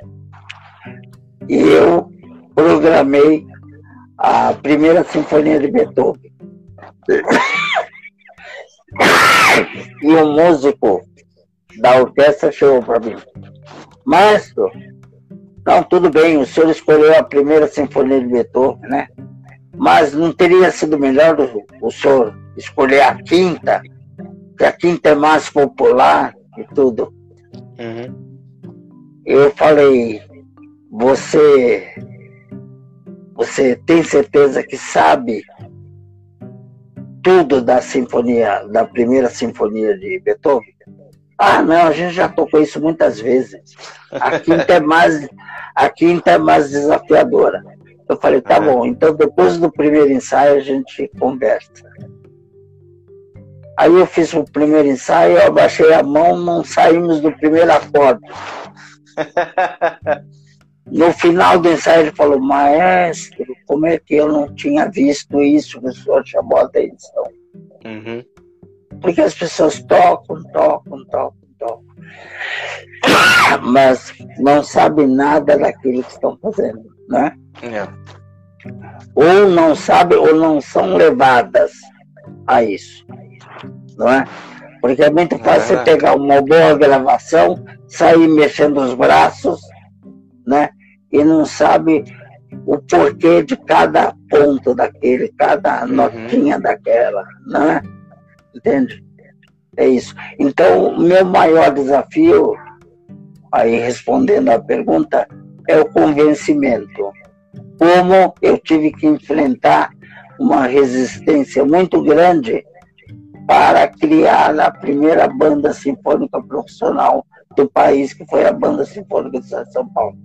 e eu programei a primeira sinfonia de Beethoven. E o músico da orquestra chegou para mim: maestro, não, tudo bem, o senhor escolheu a primeira sinfonia de Beethoven, né? Mas não teria sido melhor o senhor escolher a quinta, que a quinta é mais popular e tudo. Eu falei: você tem certeza que sabe tudo da sinfonia, da primeira sinfonia de Beethoven? Ah, não, a gente já tocou isso muitas vezes. A quinta é mais desafiadora. Eu falei: tá bom, então depois do primeiro ensaio a gente conversa. Aí eu fiz o primeiro ensaio, eu abaixei a mão, não saímos do primeiro acorde. No final do ensaio ele falou: maestro, como é que eu não tinha visto isso que o senhor chamou a atenção? Porque as pessoas tocam, mas não sabem nada daquilo que estão fazendo, né? Ou não sabem ou não são levadas a isso, não é? Porque é muito fácil você pegar uma boa gravação, sair mexendo os braços, né? E não sabe o porquê de cada ponto daquele, cada notinha daquela, né? Entende? É isso. Então, o meu maior desafio, aí respondendo à pergunta, é o convencimento. Como eu tive que enfrentar uma resistência muito grande para criar a primeira banda sinfônica profissional do país, que foi a Banda Sinfônica de São Paulo.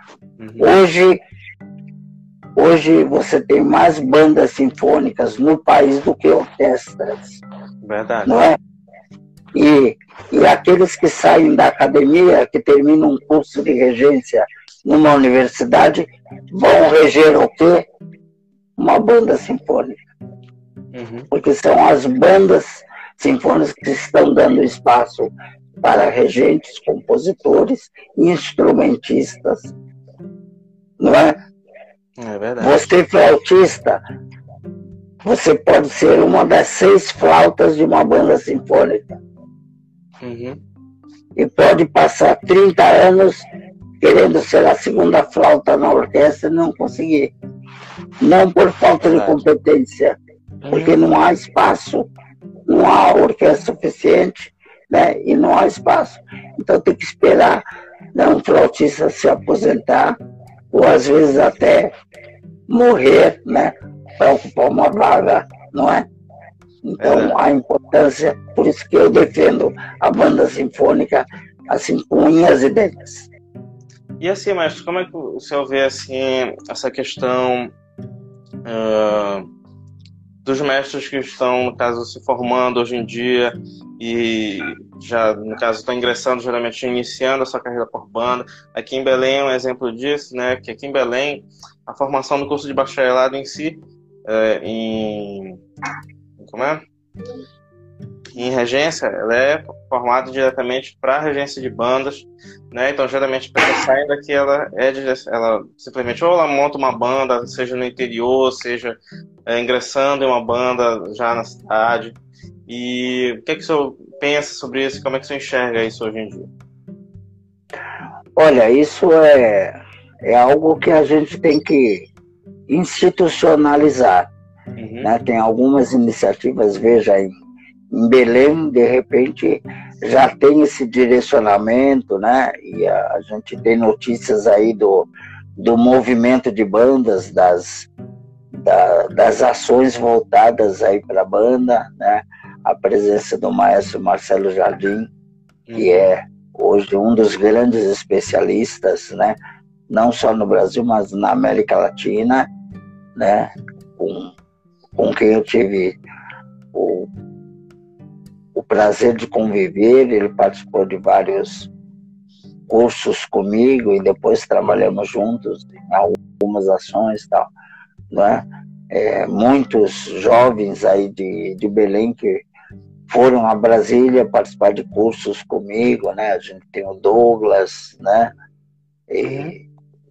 Hoje você tem mais bandas sinfônicas no país do que orquestras. Verdade. Não é? E aqueles que saem da academia, que terminam um curso de regência numa universidade, vão reger o quê? Uma banda sinfônica. Porque são as bandas sinfônicas que estão dando espaço para regentes, compositores e instrumentistas. Não é? É verdade. Você, flautista, você pode ser uma das 6 flautas de uma banda sinfônica. E pode passar 30 anos querendo ser a segunda flauta na orquestra e não conseguir. Não por falta de competência, porque não há espaço, não há orquestra suficiente, né? E não há espaço. Então tem que esperar, né, um flautista se aposentar, ou às vezes até morrer, né, para ocupar uma vaga, não é? Então a importância, por isso que eu defendo a banda sinfônica assim com unhas e dentes. E assim, mestre, como é que o senhor vê assim essa questão dos mestres que estão, no caso, se formando hoje em dia e já, no caso, estão ingressando, geralmente iniciando a sua carreira por banda? Aqui em Belém é um exemplo disso, né? Que aqui em Belém a formação do curso de bacharelado em si, em regência, ela é formada diretamente para regência de bandas, né? Então, geralmente, a pessoa sai daqui, ela simplesmente ou ela monta uma banda, seja no interior, seja ingressando em uma banda já na cidade. E o que o senhor pensa sobre isso? Como é que o senhor enxerga isso hoje em dia? Olha, isso é algo que a gente tem que institucionalizar. Né? Tem algumas iniciativas, veja, em Belém, de repente, já tem esse direcionamento, né? E a gente tem notícias aí do movimento de bandas, das ações voltadas aí para a banda, né? A presença do maestro Marcelo Jardim, que é hoje um dos grandes especialistas, né? Não só no Brasil, mas na América Latina, né? Com quem eu tive o prazer de conviver. Ele participou de vários cursos comigo e depois trabalhamos juntos em algumas ações e tal, né? Muitos jovens aí de Belém que foram a Brasília participar de cursos comigo, né? A gente tem o Douglas, né? E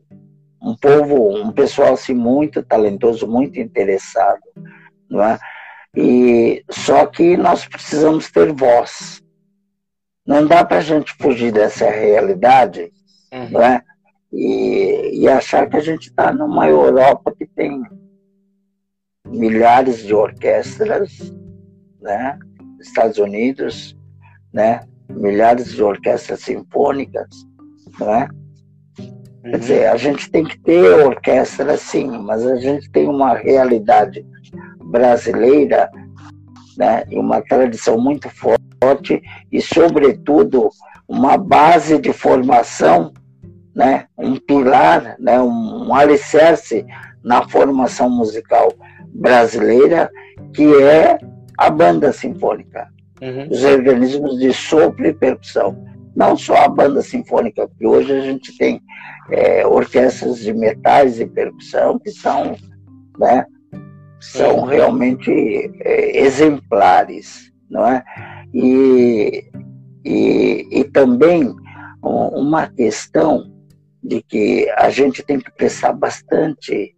um pessoal assim muito talentoso, muito interessado, não é? E só que nós precisamos ter voz. Não dá para a gente fugir dessa realidade, não é? E achar que a gente está numa Europa que tem milhares de orquestras, né? Estados Unidos, né? Milhares de orquestras sinfônicas, não é? Quer dizer, a gente tem que ter orquestra sim, mas a gente tem uma realidade brasileira, né? E uma tradição muito forte e, sobretudo, uma base de formação, né? Um pilar, né? Um alicerce na formação musical brasileira, que é a banda sinfônica, os organismos de sopro e percussão. Não só a banda sinfônica, porque hoje a gente tem orquestras de metais e percussão que são, né, são realmente exemplares, não é? E também uma questão de que a gente tem que prestar bastante,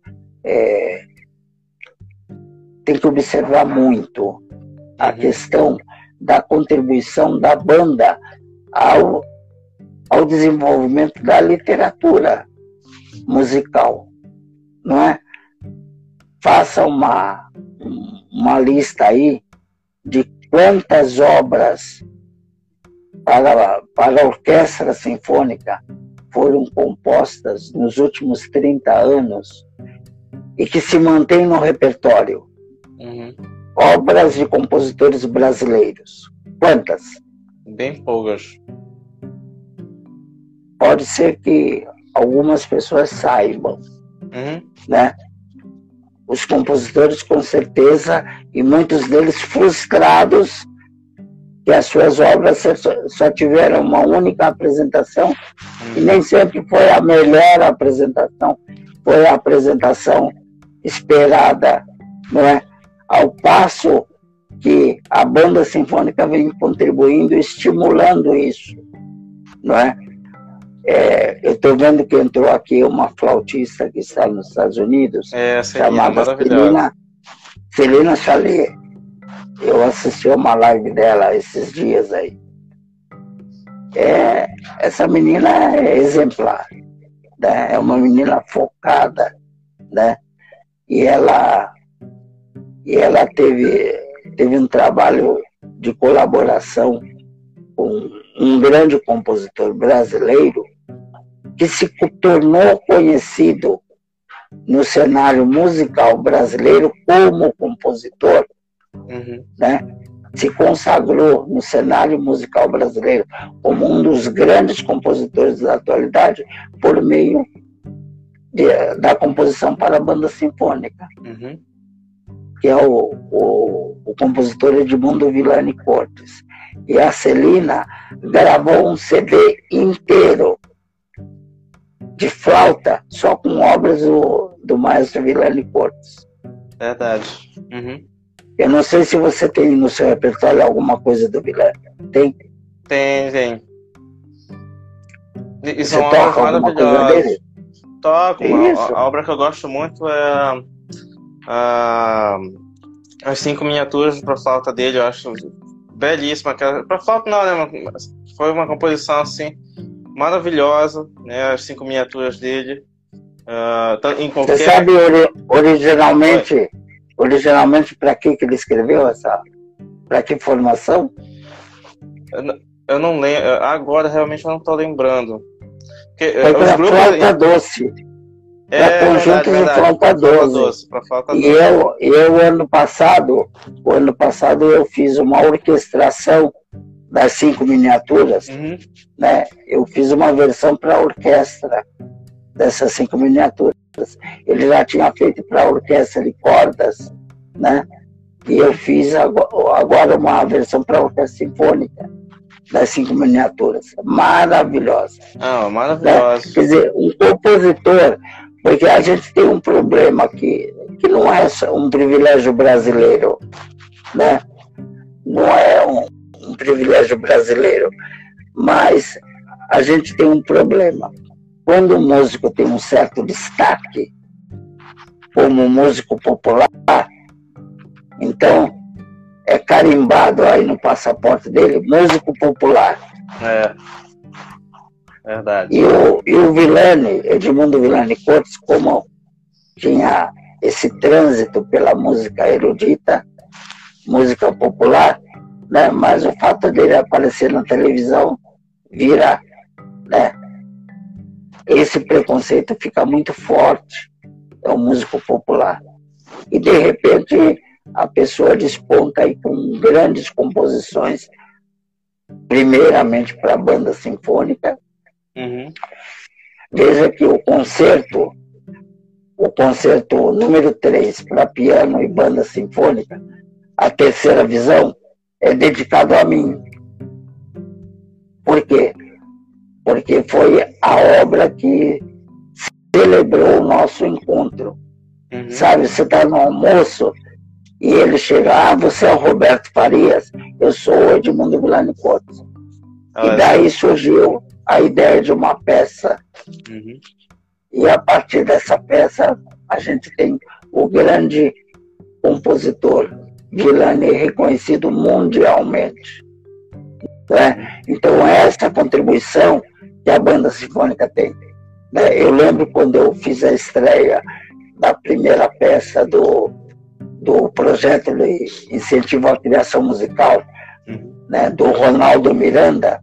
tem que observar muito a questão da contribuição da banda ao desenvolvimento da literatura musical, não é? Faça uma lista aí de quantas obras para a orquestra sinfônica foram compostas nos últimos 30 anos e que se mantêm no repertório. Obras de compositores brasileiros. Quantas? Bem poucas. Pode ser que algumas pessoas saibam, né? Os compositores, com certeza, e muitos deles frustrados, que as suas obras só tiveram uma única apresentação, e nem sempre foi a melhor apresentação, foi a apresentação esperada, não é? Ao passo que a banda sinfônica vem contribuindo, estimulando isso, não é? Eu estou vendo que entrou aqui uma flautista que está nos Estados Unidos, chamada Celina Chalé. Eu assisti uma live dela esses dias aí. Essa menina é exemplar, né? É uma menina focada, né? E ela teve um trabalho de colaboração com um grande compositor brasileiro que se tornou conhecido no cenário musical brasileiro como compositor, né? Se consagrou no cenário musical brasileiro como um dos grandes compositores da atualidade por meio da composição para a banda sinfônica, que é o compositor Edmundo Villani Cortes. E a Celina gravou um CD inteiro de flauta, só com obras do maestro Villani Cortes. Verdade. Eu não sei se você tem no seu repertório alguma coisa do Villani. Tem? Tem. E você toca alguma coisa dele? Toco. A obra que eu gosto muito é as 5 miniaturas para flauta dele. Eu acho belíssima. Para flauta não, né? Foi uma composição assim maravilhosa, né? As 5 miniaturas dele. Em qualquer... Você sabe originalmente para que ele escreveu para que formação? Eu não lembro. Agora realmente eu não estou lembrando. Foi para flauta doce. Para conjunto de flauta doce. E eu ano passado eu fiz uma orquestração das 5 miniaturas, né? Eu fiz uma versão para orquestra dessas 5 miniaturas. Ele já tinha feito para orquestra de cordas, né? E eu fiz agora uma versão para orquestra sinfônica das 5 miniaturas. Maravilhosa. Maravilhosa. Né? Quer dizer, um compositor, porque a gente tem um problema que não é só um privilégio brasileiro, né? não é um privilégio brasileiro, mas a gente tem um problema. Quando o músico tem um certo destaque, como músico popular, então é carimbado aí no passaporte dele, músico popular. É, verdade. E o Villani, Edmundo Villani Cortes, como tinha esse trânsito pela música erudita, música popular, né? Mas o fato dele aparecer na televisão vira, né? Esse preconceito fica muito forte, é um músico popular. E de repente a pessoa desponta aí com grandes composições, primeiramente para a banda sinfônica. Uhum. Veja que o concerto número 3 para piano e banda sinfônica, a terceira visão, é dedicado a mim. Por quê? Porque foi a obra que celebrou o nosso encontro. Uhum. Sabe, você está no almoço e ele chega, você é o Roberto Farias, eu sou o Edmundo Villani Cortes. E daí surgiu a ideia de uma peça. Uhum. E a partir dessa peça, a gente tem o grande compositor Villani, reconhecido mundialmente. Né? Então, essa contribuição que a banda sinfônica tem. Né? Eu lembro quando eu fiz a estreia da primeira peça do projeto de incentivo à criação musical, né, do Ronaldo Miranda.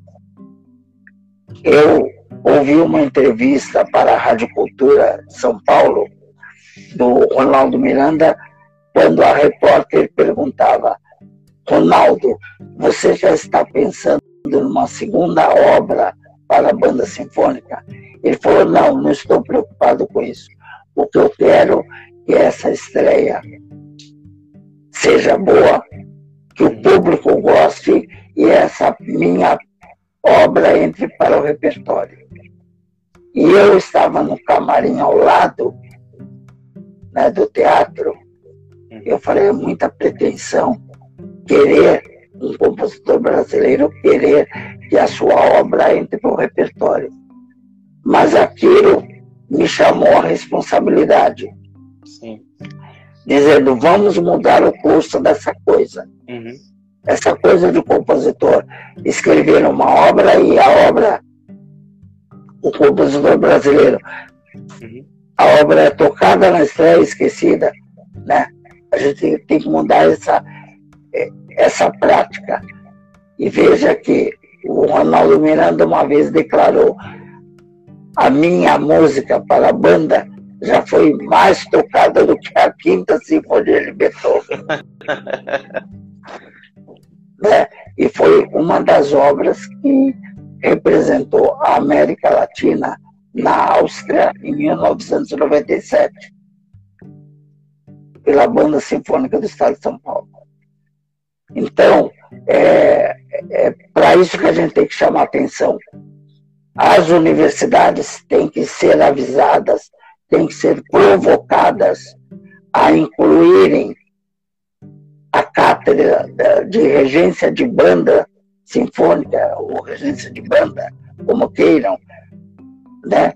Eu ouvi uma entrevista para a Rádio Cultura de São Paulo, do Ronaldo Miranda, quando a repórter perguntava: Ronaldo, você já está pensando numa segunda obra para a banda sinfônica? Ele falou: não estou preocupado com isso. O que eu quero é que essa estreia seja boa, que o público goste e essa minha obra entre para o repertório. E eu estava no camarim ao lado, né, do teatro. Eu falei: é muita pretensão querer um compositor brasileiro querer que a sua obra entre para o repertório. Mas aquilo me chamou a responsabilidade. Sim. Dizendo: vamos mudar o curso dessa coisa. Uhum. Essa coisa de compositor escrever uma obra e a obra, o compositor brasileiro, a obra é tocada na estreia e esquecida, né? A gente tem que mudar essa prática. E veja que o Ronaldo Miranda uma vez declarou: a minha música para a banda já foi mais tocada do que a Quinta Sinfonia de Beethoven. Né? E foi uma das obras que representou a América Latina na Áustria em 1997, pela Banda Sinfônica do Estado de São Paulo. Então, é para isso que a gente tem que chamar atenção. As universidades têm que ser avisadas, têm que ser provocadas a incluírem a cátedra de regência de banda sinfônica, ou regência de banda, como queiram, né,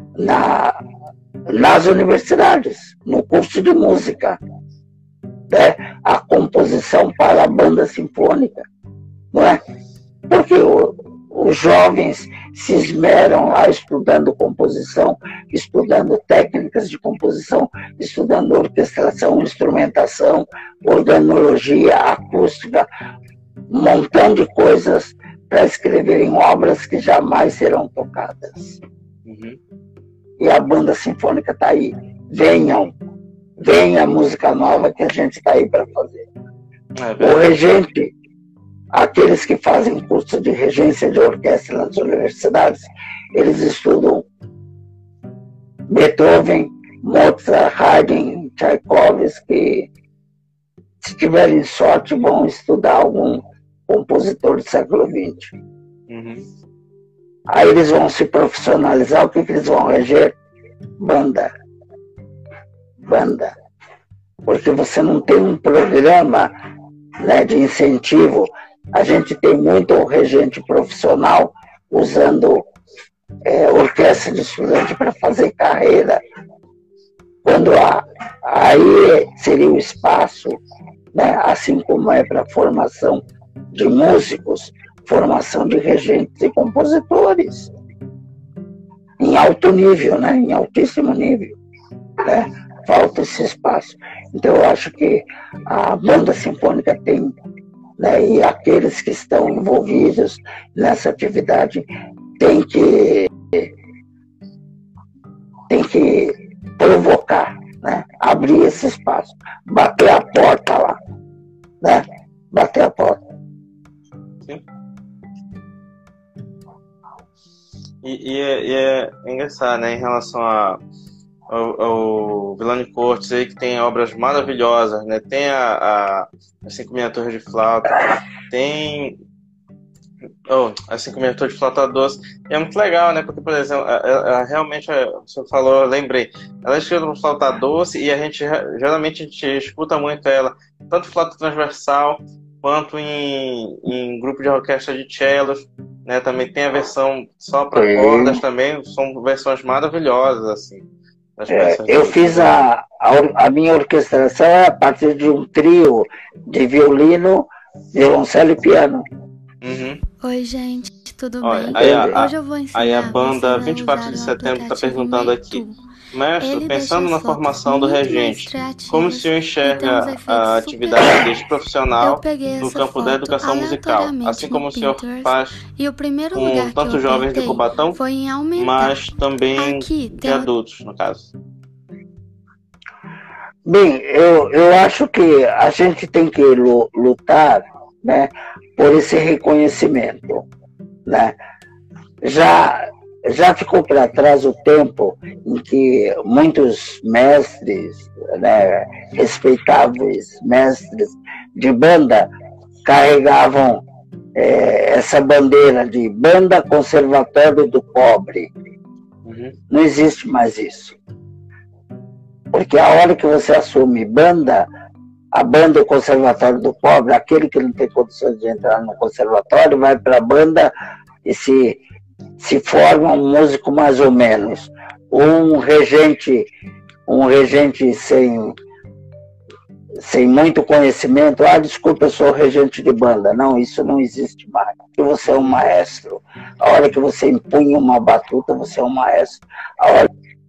nas universidades, no curso de música, né, a composição para a banda sinfônica, não é? Porque os jovens se esmeram lá estudando composição, estudando técnicas de composição, estudando orquestração, instrumentação, organologia, acústica, um montão de coisas para escreverem obras que jamais serão tocadas. Uhum. E a banda sinfônica está aí. Venha a música nova que a gente está aí para fazer. O regente, aqueles que fazem curso de regência de orquestra nas universidades, eles estudam Beethoven, Mozart, Haydn, Tchaikovsky. Se tiverem sorte, vão estudar algum compositor do século XX. Uhum. Aí eles vão se profissionalizar. O que eles vão reger? Banda. Porque você não tem um programa né, de incentivo. A gente tem muito regente profissional usando orquestra de estudante para fazer carreira, quando aí seria o espaço, né, assim como é para formação de músicos, formação de regentes e compositores, em alto nível, né, em altíssimo nível, né, falta esse espaço. Então eu acho que a banda sinfônica tem, né, e aqueles que estão envolvidos nessa atividade tem que provocar, né? Abrir esse espaço, bater a porta lá, né? Bater a porta. Sim. E é engraçado, né? Em relação ao Vilani Cortes aí, que tem obras maravilhosas, né? Tem as 5 miniaturas de flauta, tem as 5 miniaturas de flauta doce. E é muito legal, né? Porque, por exemplo, realmente, você falou, eu lembrei, ela é escrita para flauta doce e geralmente a gente escuta muito ela, tanto flauta transversal quanto em grupo de orquestra de cellos, né? Também tem a versão só para cordas também, são versões maravilhosas, assim. Eu fiz a minha orquestração a partir de um trio de violino, violoncelo e piano. Uhum. Oi, gente, tudo bem? Hoje eu vou ensinar. Aí a banda 24 de setembro está perguntando aqui: mestre, pensando na formação do regente, como o senhor enxerga a atividade deste profissional no campo da educação musical, assim como o senhor faz com tantos jovens de Cubatão, mas também de adultos, no caso? Bem, eu acho que a gente tem que lutar, né, por esse reconhecimento, né? Já ficou para trás o tempo em que muitos mestres, né, respeitáveis mestres de banda, carregavam essa bandeira de banda conservatório do pobre. Uhum. Não existe mais isso. Porque a hora que você assume banda, a banda do conservatório do pobre, aquele que não tem condições de entrar no conservatório, vai para a banda e se forma um músico mais ou menos. Um regente sem muito conhecimento, desculpa, eu sou regente de banda. Não, isso não existe mais. Porque você é um maestro. A hora que você empunha uma batuta, você é um maestro. A hora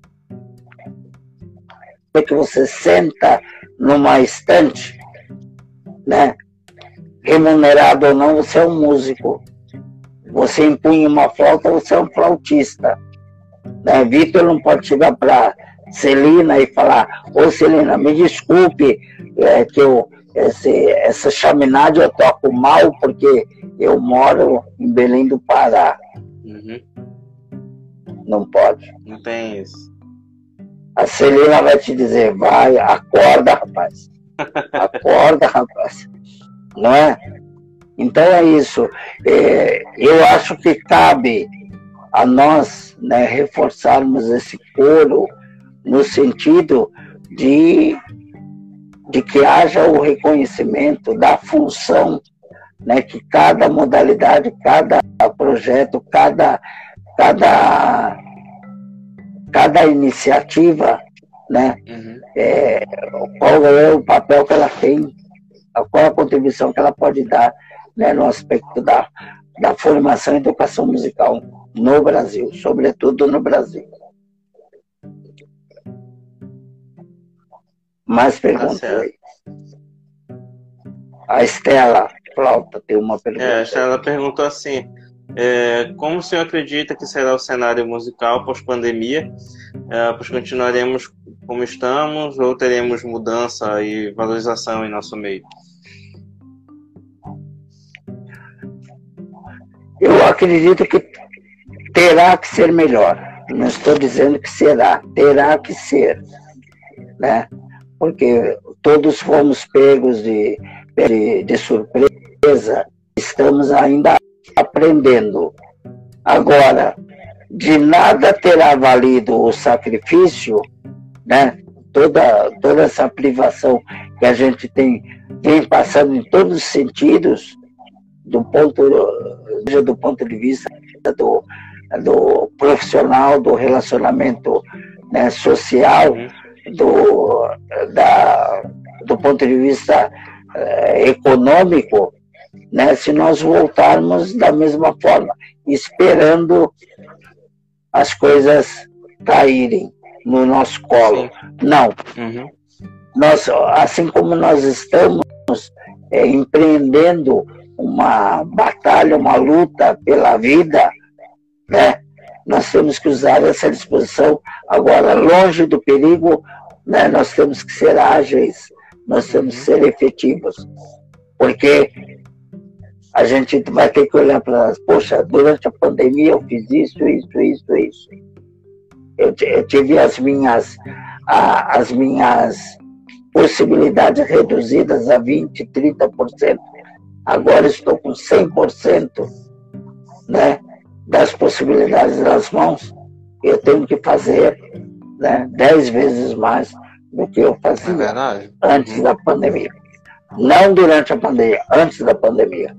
que você senta numa estante, né, remunerado ou não, você é um músico. Você empunha uma flauta, você é um flautista, né? Vitor não pode chegar para Celina e falar: ô Celina, me desculpe, que essa chaminade eu toco mal porque eu moro em Belém do Pará. Uhum. Não pode. Não tem isso. A Celina vai te dizer: vai, acorda, rapaz. Acorda, rapaz. Não é? Então é isso. Eu acho que cabe a nós, né, reforçarmos esse coro no sentido de que haja o reconhecimento da função, né, que cada modalidade, cada projeto, cada iniciativa, né, qual é o papel que ela tem, qual é a contribuição que ela pode dar, né, no aspecto da formação e educação musical no Brasil, sobretudo no Brasil. Mais perguntas aí. A Estela Flauta tem uma pergunta. A Estela perguntou assim: como o senhor acredita que será o cenário musical pós-pandemia? Pois continuaremos como estamos ou teremos mudança e valorização em nosso meio? Eu acredito que terá que ser melhor. Não estou dizendo que será, terá que ser, né? Porque todos fomos pegos de surpresa, estamos ainda aprendendo. Agora, de nada terá valido o sacrifício, né? toda essa privação que a gente vem passando em todos os sentidos, do ponto de vista do profissional, do relacionamento, né, social, do ponto de vista econômico, né, se nós voltarmos da mesma forma, esperando as coisas caírem no nosso colo. Sim. Não. Nós, assim como nós estamos empreendendo uma batalha, uma luta pela vida, né, nós temos que usar essa disposição. Agora, longe do perigo, né, nós temos que ser ágeis, nós temos que ser efetivos, porque a gente vai ter que olhar para poxa, durante a pandemia eu fiz isso. Eu tive as minhas possibilidades reduzidas a 20%, 30%. Agora estou com 100%, né, das possibilidades nas mãos. Eu tenho que fazer, né, 10 vezes mais do que eu fazia antes da pandemia. Não durante a pandemia, antes da pandemia.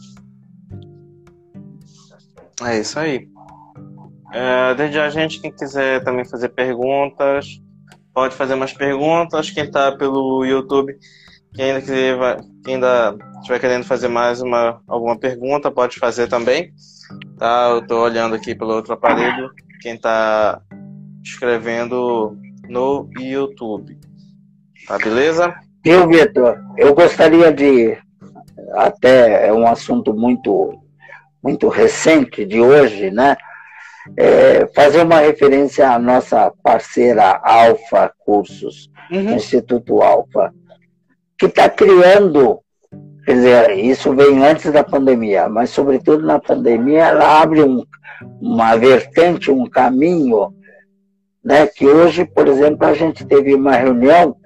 É isso aí. Desde a gente, quem quiser também fazer perguntas, pode fazer umas perguntas. Quem está pelo YouTube, quem ainda estiver querendo fazer mais alguma pergunta, pode fazer também. Tá? Eu estou olhando aqui pelo outro aparelho, quem está escrevendo no YouTube. Tá, beleza? Eu, Vitor, eu gostaria de, até é um assunto muito recente de hoje, né? Fazer uma referência à nossa parceira Alfa Cursos, Instituto Alfa, que está criando, quer dizer, isso vem antes da pandemia, mas sobretudo na pandemia ela abre uma vertente, um caminho, né? Que hoje, por exemplo, a gente teve uma reunião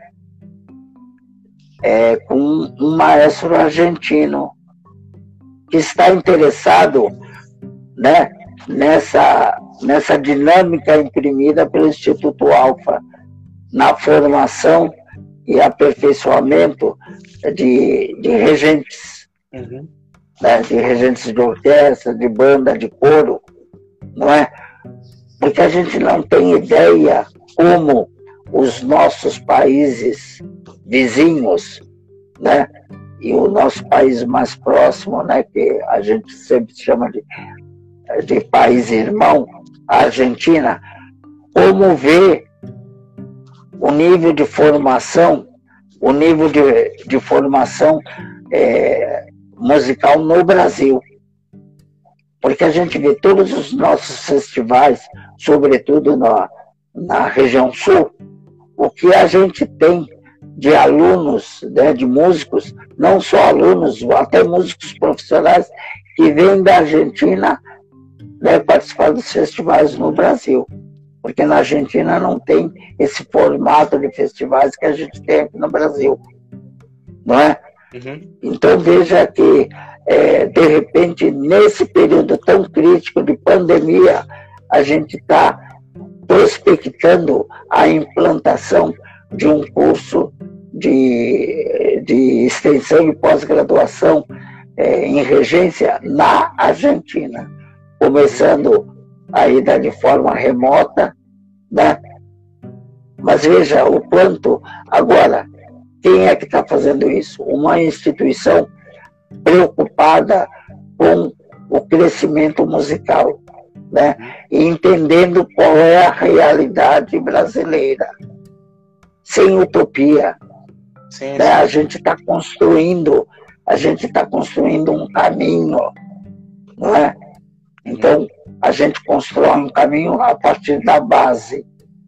com um maestro argentino que está interessado, né, nessa dinâmica imprimida pelo Instituto Alfa, na formação e aperfeiçoamento de regentes, né, de regentes de orquestra, de banda, de coro, não é? Porque a gente não tem ideia como os nossos países vizinhos, né, e o nosso país mais próximo, né, que a gente sempre chama de país irmão, a Argentina, como vê o nível de formação, musical no Brasil. Porque a gente vê todos os nossos festivais, sobretudo na região sul, o que a gente tem de alunos, né, de músicos, não só alunos, até músicos profissionais que vêm da Argentina, né, participar dos festivais no Brasil. Porque na Argentina não tem esse formato de festivais que a gente tem aqui no Brasil. Não é? Então veja que, de repente, nesse período tão crítico de pandemia, a gente está prospectando a implantação de um curso de extensão e pós-graduação em regência na Argentina, começando ainda de forma remota, né? Mas veja o quanto, agora, quem é que está fazendo isso? Uma instituição preocupada com o crescimento musical, né? E entendendo qual é a realidade brasileira, sem utopia. Sim, né? A gente está construindo um caminho, não é? Então, a gente constrói um caminho a partir da base.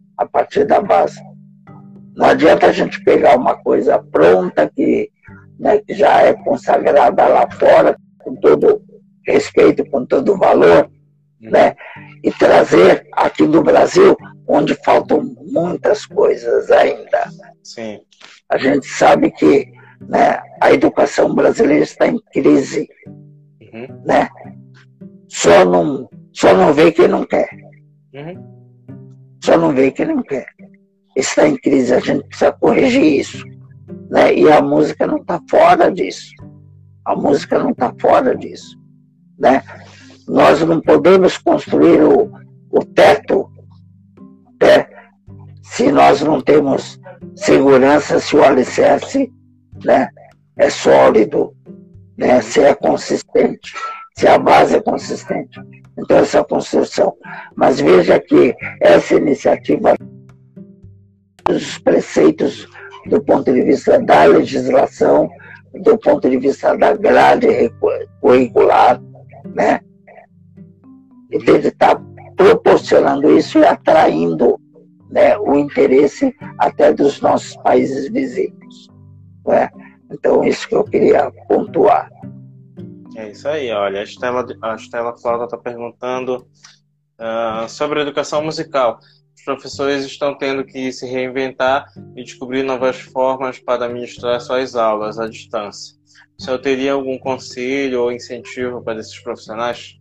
Não adianta a gente pegar uma coisa pronta que já é consagrada lá fora, com todo respeito, com todo valor, né? E trazer aqui no Brasil, onde faltam muitas coisas ainda. Sim. A gente sabe que, né, a educação brasileira está em crise, né? Só não vê quem não quer. Só não vê quem não quer. está em crise, a gente precisa corrigir isso, né? E a música não está fora disso. A música não está fora disso, né? Nós não podemos construir o teto, né, se nós não temos segurança, se o alicerce, né, é sólido, né, se é consistente, se a base é consistente. Então, essa construção. Mas veja que essa iniciativa, os preceitos do ponto de vista da legislação, do ponto de vista da grade curricular, né, e deve estar proporcionando isso e atraindo, né, o interesse até dos nossos países vizinhos, né? Então, isso que eu queria pontuar. É isso aí, olha, a Estela Cláudia está perguntando sobre a educação musical. Os professores estão tendo que se reinventar e descobrir novas formas para ministrar suas aulas à distância. O senhor teria algum conselho ou incentivo para esses profissionais?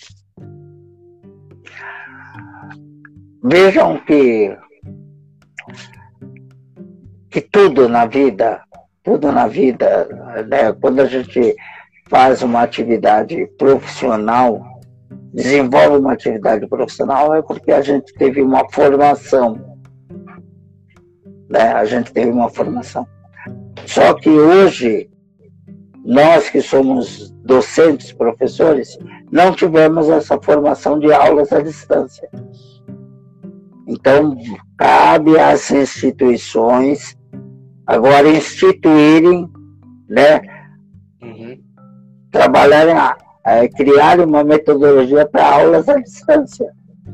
Vejam que tudo na vida, né, quando a gente faz uma atividade profissional, desenvolve uma atividade profissional, é porque a gente teve uma formação, né? A gente teve uma formação. Só que hoje, nós que somos docentes, professores, não tivemos essa formação de aulas à distância. Então, cabe às instituições agora instituírem, né, trabalharem, criarem uma metodologia para aulas à distância,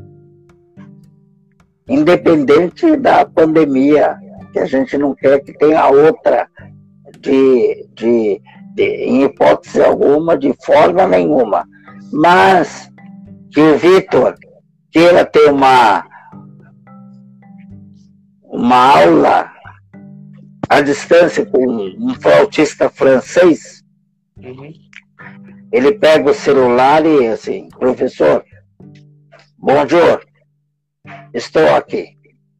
independente da pandemia, que a gente não quer que tenha outra, em hipótese alguma, de forma nenhuma, mas que o Vitor queira ter uma aula à distância com um flautista francês, ele pega o celular e assim, professor, bonjour, estou aqui.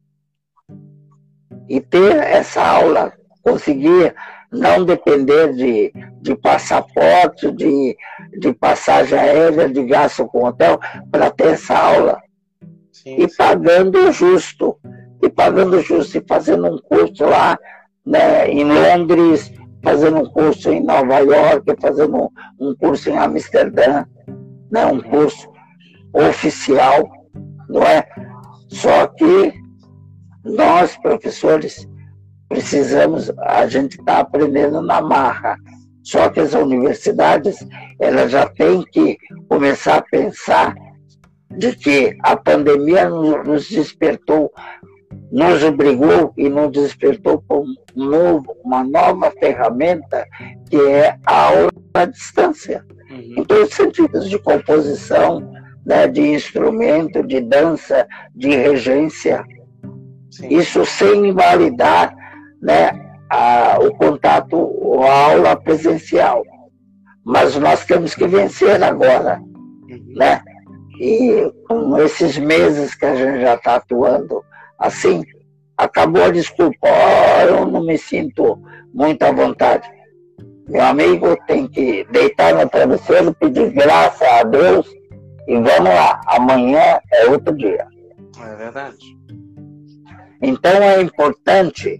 E ter essa aula, conseguir não depender de passaporte, de passagem aérea, de gasto com hotel, para ter essa aula. Sim. E pagando justo, e fazendo um curso lá, né, em Londres, fazendo um curso em Nova York, fazendo um curso em Amsterdã, né, um curso oficial, não é? Só que nós, professores, precisamos, a gente está aprendendo na marra, só que as universidades, elas já têm que começar a pensar de que a pandemia nos despertou, nos obrigou e nos despertou para uma nova ferramenta, que é a aula à distância. Em todos os sentidos, de composição, né, de instrumento, de dança, de regência. Sim. Isso sem invalidar, né, o contato, a aula presencial. Mas nós temos que vencer agora, né? E com esses meses que a gente já está atuando assim, acabou a desculpa, eu não me sinto muito à vontade. Meu amigo, tem que deitar no travesseiro, pedir graça a Deus e vamos lá, amanhã é outro dia. É verdade. Então é importante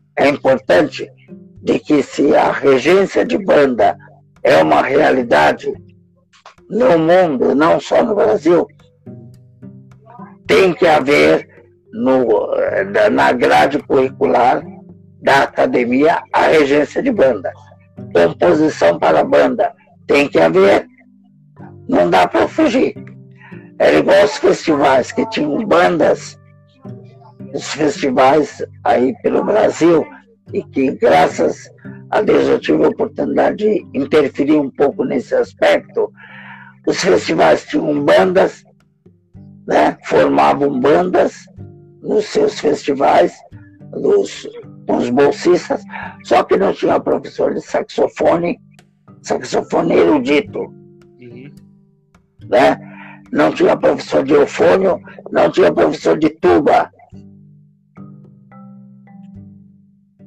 de que, se a regência de banda é uma realidade no mundo, não só no Brasil, tem que haver na grade curricular da academia a regência de banda. Composição para a banda tem que haver, não dá para fugir. Era igual os festivais que tinham bandas, os festivais aí pelo Brasil, e que, graças a Deus, eu tive a oportunidade de interferir um pouco nesse aspecto. Os festivais tinham bandas, né, formavam bandas nos seus festivais, com os bolsistas, só que não tinha professor de saxofone erudito, né? Não tinha professor de eufônio, não tinha professor de tuba,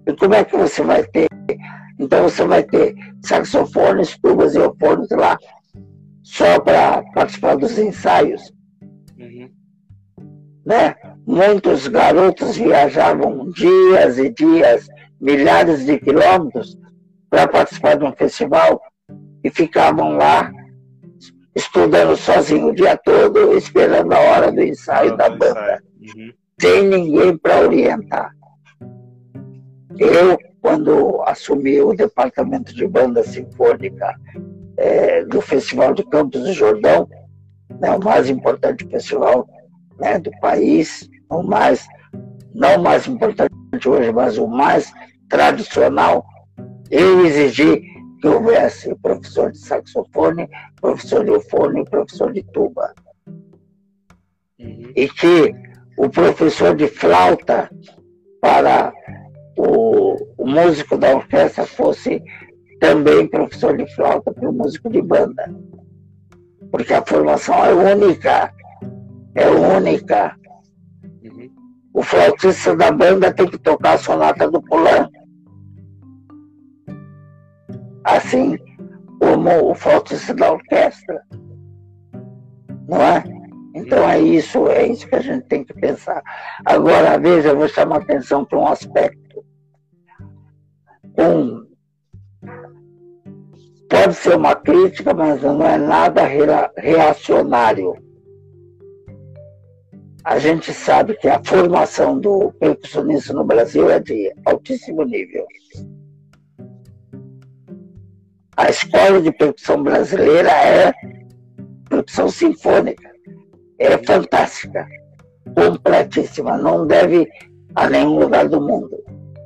E como é que você vai ter? Então você vai ter saxofones, tubas e eufones lá só para participar dos ensaios. Né? Muitos garotos viajavam dias e dias, milhares de quilômetros para participar de um festival e ficavam lá estudando sozinho o dia todo, esperando a hora do ensaio da banda, sem ninguém para orientar. Eu, quando assumi o departamento de banda sinfônica do Festival de Campos do Jordão, né, o mais importante festival, né, do país, não o mais importante hoje, mas o mais tradicional, eu exigi que houvesse professor de saxofone, professor de eufone e professor de tuba. E que o professor de flauta para o músico da orquestra fosse também professor de flauta para o músico de banda. Porque a formação é única. É única. O flautista da banda tem que tocar a sonata do Poulenc. Assim como o flautista da orquestra. Não é? Então é isso que a gente tem que pensar. Agora, veja, eu vou chamar a atenção para um aspecto. Pode ser uma crítica, mas não é nada reacionário. A gente sabe que a formação do percussionista no Brasil é de altíssimo nível. A escola de percussão brasileira é percussão sinfônica. É fantástica, completíssima, não deve a nenhum lugar do mundo.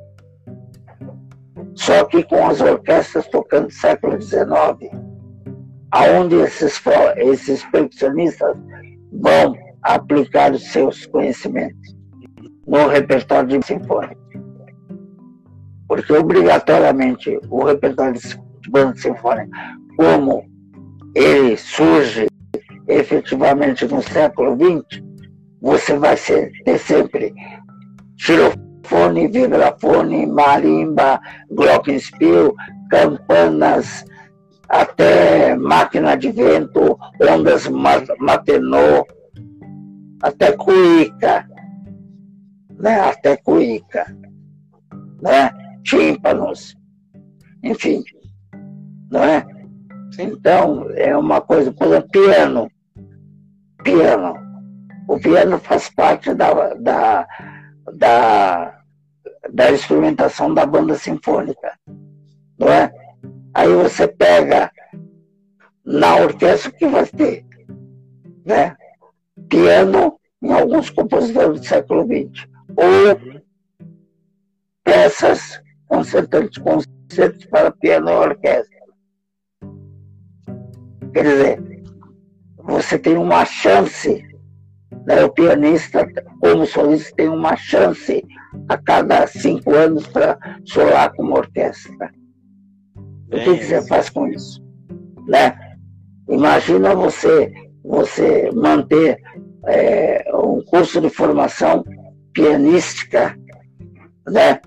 Só que com as orquestras tocando no século XIX, aonde esses percussionistas vão aplicar os seus conhecimentos no repertório sinfônico. Porque obrigatoriamente o repertório de banda sinfônica, como ele surge efetivamente no século XX, você vai ter sempre xilofone, vibrafone, marimba, glockenspiel, campanas, até máquina de vento, ondas matenô, até cuíca, né? Até cuíca, né? Tímpanos, enfim, não é? Então, é uma coisa, por exemplo, piano. O piano faz parte da instrumentação da banda sinfônica, não é? Aí você pega na orquestra que vai ter, né? Piano em alguns compositores do século XX, ou peças concertantes para piano e orquestra. Quer dizer, você tem uma chance, né? O pianista, como solista, tem uma chance a cada 5 anos para solar com uma orquestra. O que você faz com isso? Né? Imagina você manter um curso de formação pianística, né?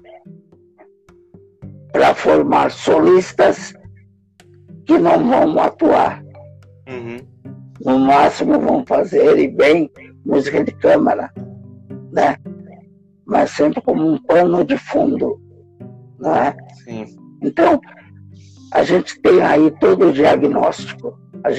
Para formar solistas que não vão atuar. No máximo vão fazer, e bem, música de câmara, né? Mas sempre como um pano de fundo, não é? Sim. Então, a gente tem aí todo o diagnóstico,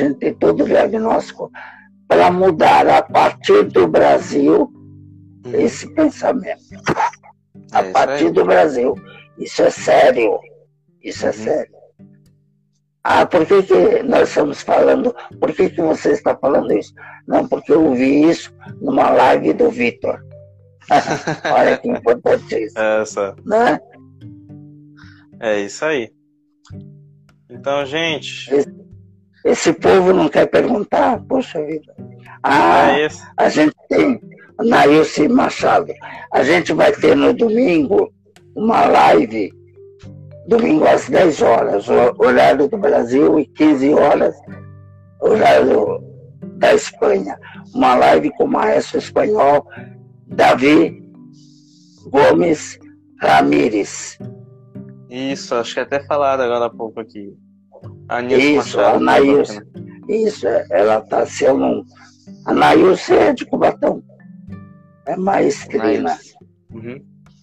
para mudar a partir do Brasil esse pensamento. A partir do Brasil. Isso é sério. Isso é sério. Ah, por que nós estamos falando? Por que você está falando isso? Não, porque eu ouvi isso numa live do Vitor. Olha que importante isso. Né? É isso aí. Então, gente... Esse povo não quer perguntar, poxa vida. A gente tem Nailce Machado. A gente vai ter no domingo uma live, domingo às 10 horas, horário do Brasil, e 15 horas, horário da Espanha. Uma live com o maestro espanhol Davi Gomes Ramírez. Isso, acho que até falaram agora há pouco aqui. A Isso, a Nailce. Isso, ela está sendo. A Nailce é de Cubatão. É maestrina. Uhum.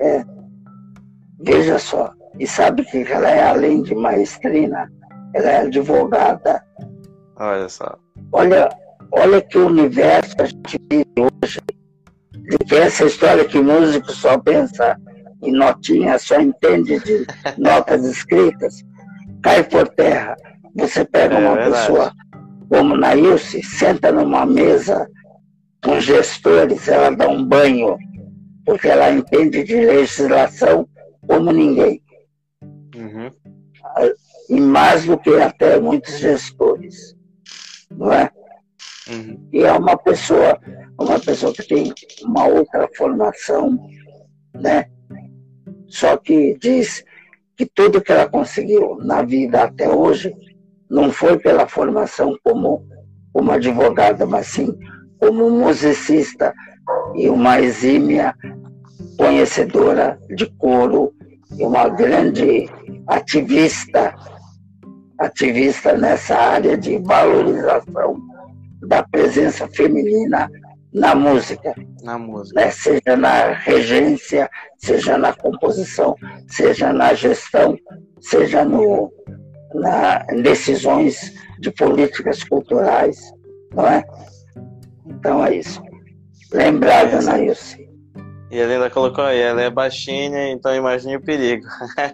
Veja só. E sabe que ela é, além de maestrina, ela é advogada. Olha só. Olha que universo a gente vive hoje. De que essa história que músico só pensa em notinhas, só entende de notas escritas, cai por terra. Você pega uma pessoa como Nailce, senta numa mesa com gestores, ela dá um banho, porque ela entende de legislação como ninguém. Uhum. E mais do que até muitos gestores. Não é? Uhum. E é uma pessoa que tem uma outra formação, né? Só que diz que tudo que ela conseguiu na vida até hoje não foi pela formação como advogada, mas sim como musicista e uma exímia conhecedora de coro e uma grande ativista nessa área de valorização da presença feminina na música. Né? Seja na regência, seja na composição, seja na gestão, seja em decisões de políticas culturais, não é? Então é isso. Lembrada, Nailce. E ele ainda colocou aí, ela é baixinha, então imagine o perigo.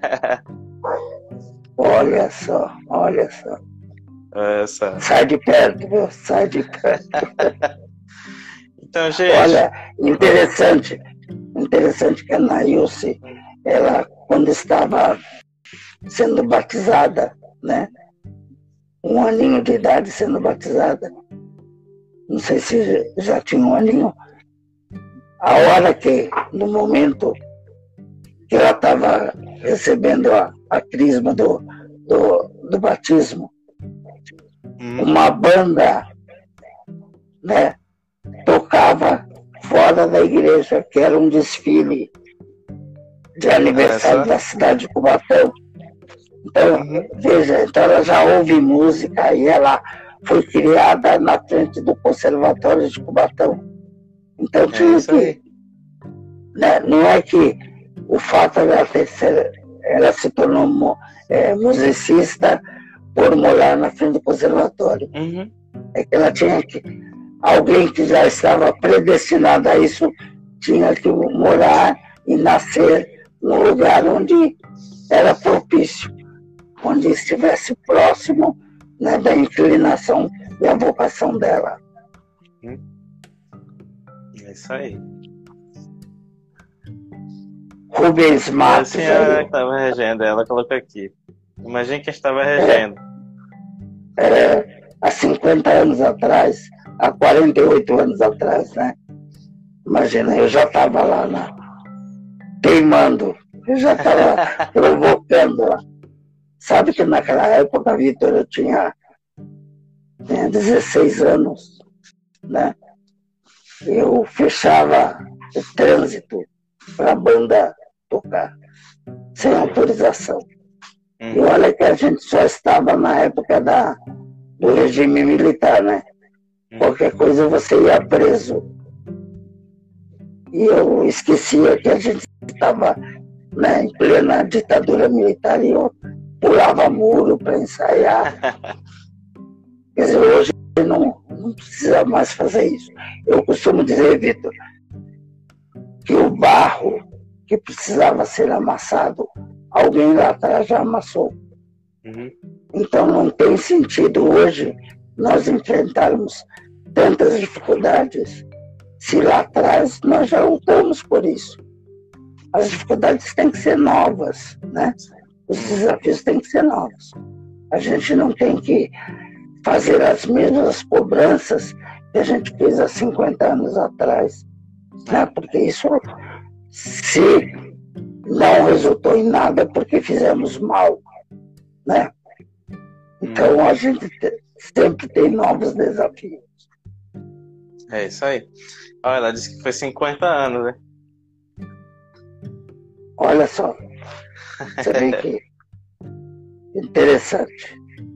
Olha só. Essa. Sai de perto, meu, sai de perto. Então, gente... Olha, interessante que a Nailce, ela, quando estava sendo batizada, né? 1 aninho de idade sendo batizada, não sei se já tinha 1 aninho, a hora que, no momento que ela estava recebendo a crisma do batismo, uma banda, né, tocava fora da igreja, que era um desfile de aniversário da cidade de Cubatão. Então, veja, então ela já ouve música e ela foi criada na frente do Conservatório de Cubatão. Então tinha que... Né, não é que o fato de ela se tornou musicista por morar na frente do conservatório. É que ela tinha que... Alguém que já estava predestinado a isso tinha que morar e nascer num lugar onde era propício, onde estivesse próximo, né, da inclinação e a vocação dela. É isso aí. Rubens Matos. A senhora que estava regendo, ela colocou aqui. Imagine quem estava regendo. Há 50 anos atrás, há 48 anos atrás, né? Imagina, eu já estava lá teimando, eu já estava provocando lá. Sabe que naquela época, Vitor, eu tinha 16 anos, né? Eu fechava o trânsito para a banda tocar, sem autorização. E olha que a gente só estava na época do regime militar, né? Qualquer coisa você ia preso. E eu esquecia que a gente estava, né, em plena ditadura militar e eu pulava muro para ensaiar. Quer dizer, hoje não precisa mais fazer isso. Eu costumo dizer, Vitor, que o barro que precisava ser amassado, alguém lá atrás já amassou. Então não tem sentido hoje nós enfrentarmos tantas dificuldades se lá atrás nós já lutamos por isso. As dificuldades têm que ser novas, né? Os desafios têm que ser novos. A gente não tem que fazer as mesmas cobranças que a gente fez há 50 anos atrás, né? Porque isso, se não resultou em nada, porque fizemos mal, né? Então a gente sempre tem novos desafios. É isso aí. Olha, ela disse que foi 50 anos, né? Olha só, você vê que interessante.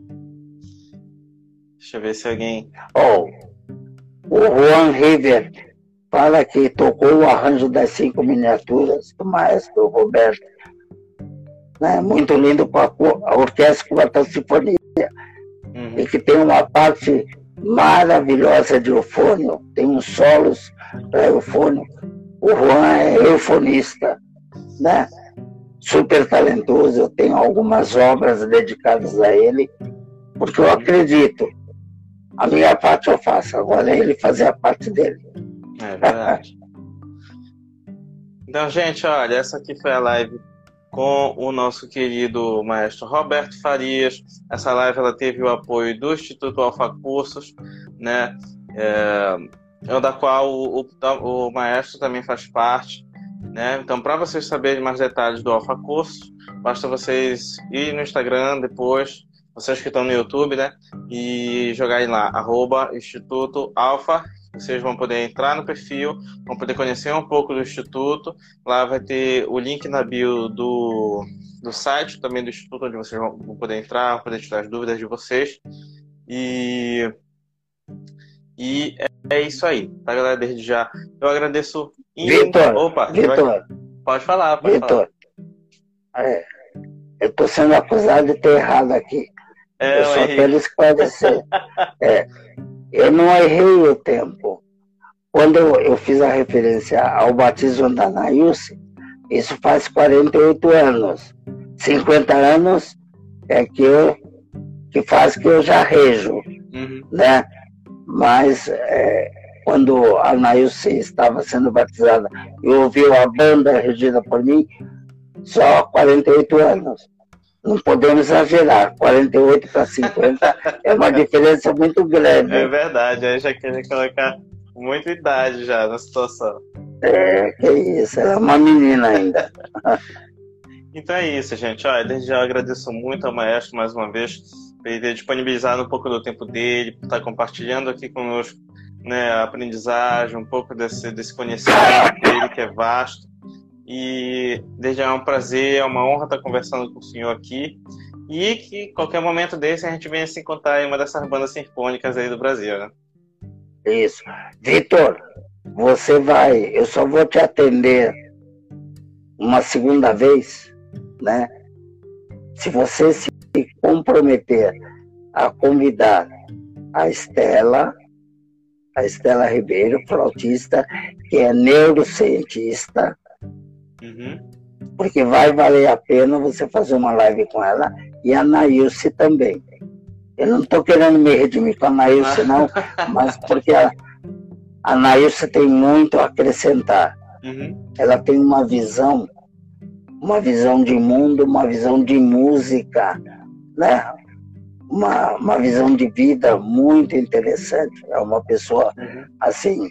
Deixa eu ver se alguém... O Juan River fala que tocou o arranjo das 5 miniaturas do maestro Roberto. Né? Muito lindo com a orquestra com a sinfonia. E que tem uma parte maravilhosa de eufônio, tem uns solos para eufônio. O Juan é eufonista, né? Super talentoso. Eu tenho algumas obras dedicadas a ele, porque eu acredito. A minha parte eu faço, agora é ele fazer a parte dele. É verdade. Então, gente, olha, essa aqui foi a live com o nosso querido maestro Roberto Farias. Essa live ela teve o apoio do Instituto Alfa Cursos, né? Da qual o maestro também faz parte, né? Então, para vocês saberem mais detalhes do Alfa Cursos, basta vocês ir no Instagram depois, vocês que estão no YouTube, né? E jogarem lá, @Instituto Alfa. Vocês vão poder entrar no perfil, vão poder conhecer um pouco do Instituto. Lá vai ter o link na bio do site também do Instituto, onde vocês vão poder entrar, vão poder tirar as dúvidas de vocês. E é isso aí, tá, galera? Desde já. Eu agradeço... Vitor, pode falar, Vitor. Eu estou sendo acusado de ter errado aqui. Eu só quero esclarecer. Eu não errei o tempo. Quando eu fiz a referência ao batismo da Nailce, isso faz 48 anos. 50 anos é que faz que eu já rejo, né? Mas quando a Nailce estava sendo batizada e ouviu a banda regida por mim, só 48 anos. Não podemos exagerar, 48 para 50 é uma diferença muito grande. É verdade, aí já quer colocar muita idade já na situação. Que isso, ela é uma menina ainda. Então é isso, gente. Desde já eu agradeço muito ao maestro mais uma vez por ele ter disponibilizado um pouco do tempo dele, por estar compartilhando aqui conosco, né, a aprendizagem, um pouco desse conhecimento dele que é vasto. E desde já é um prazer, é uma honra estar conversando com o senhor aqui. E que qualquer momento desse a gente venha se encontrar em uma dessas bandas sinfônicas aí do Brasil, né? Isso. Vitor, eu só vou te atender uma segunda vez, né? Se você se comprometer a convidar a Estela Ribeiro, flautista, que é neurocientista, porque vai valer a pena você fazer uma live com ela, e a Nailce também. Eu não estou querendo me redimir com a Nailce, não, mas porque a Nailce tem muito a acrescentar. Ela tem uma visão de mundo, uma visão de música, né? Uma visão de vida muito interessante. É uma pessoa, assim,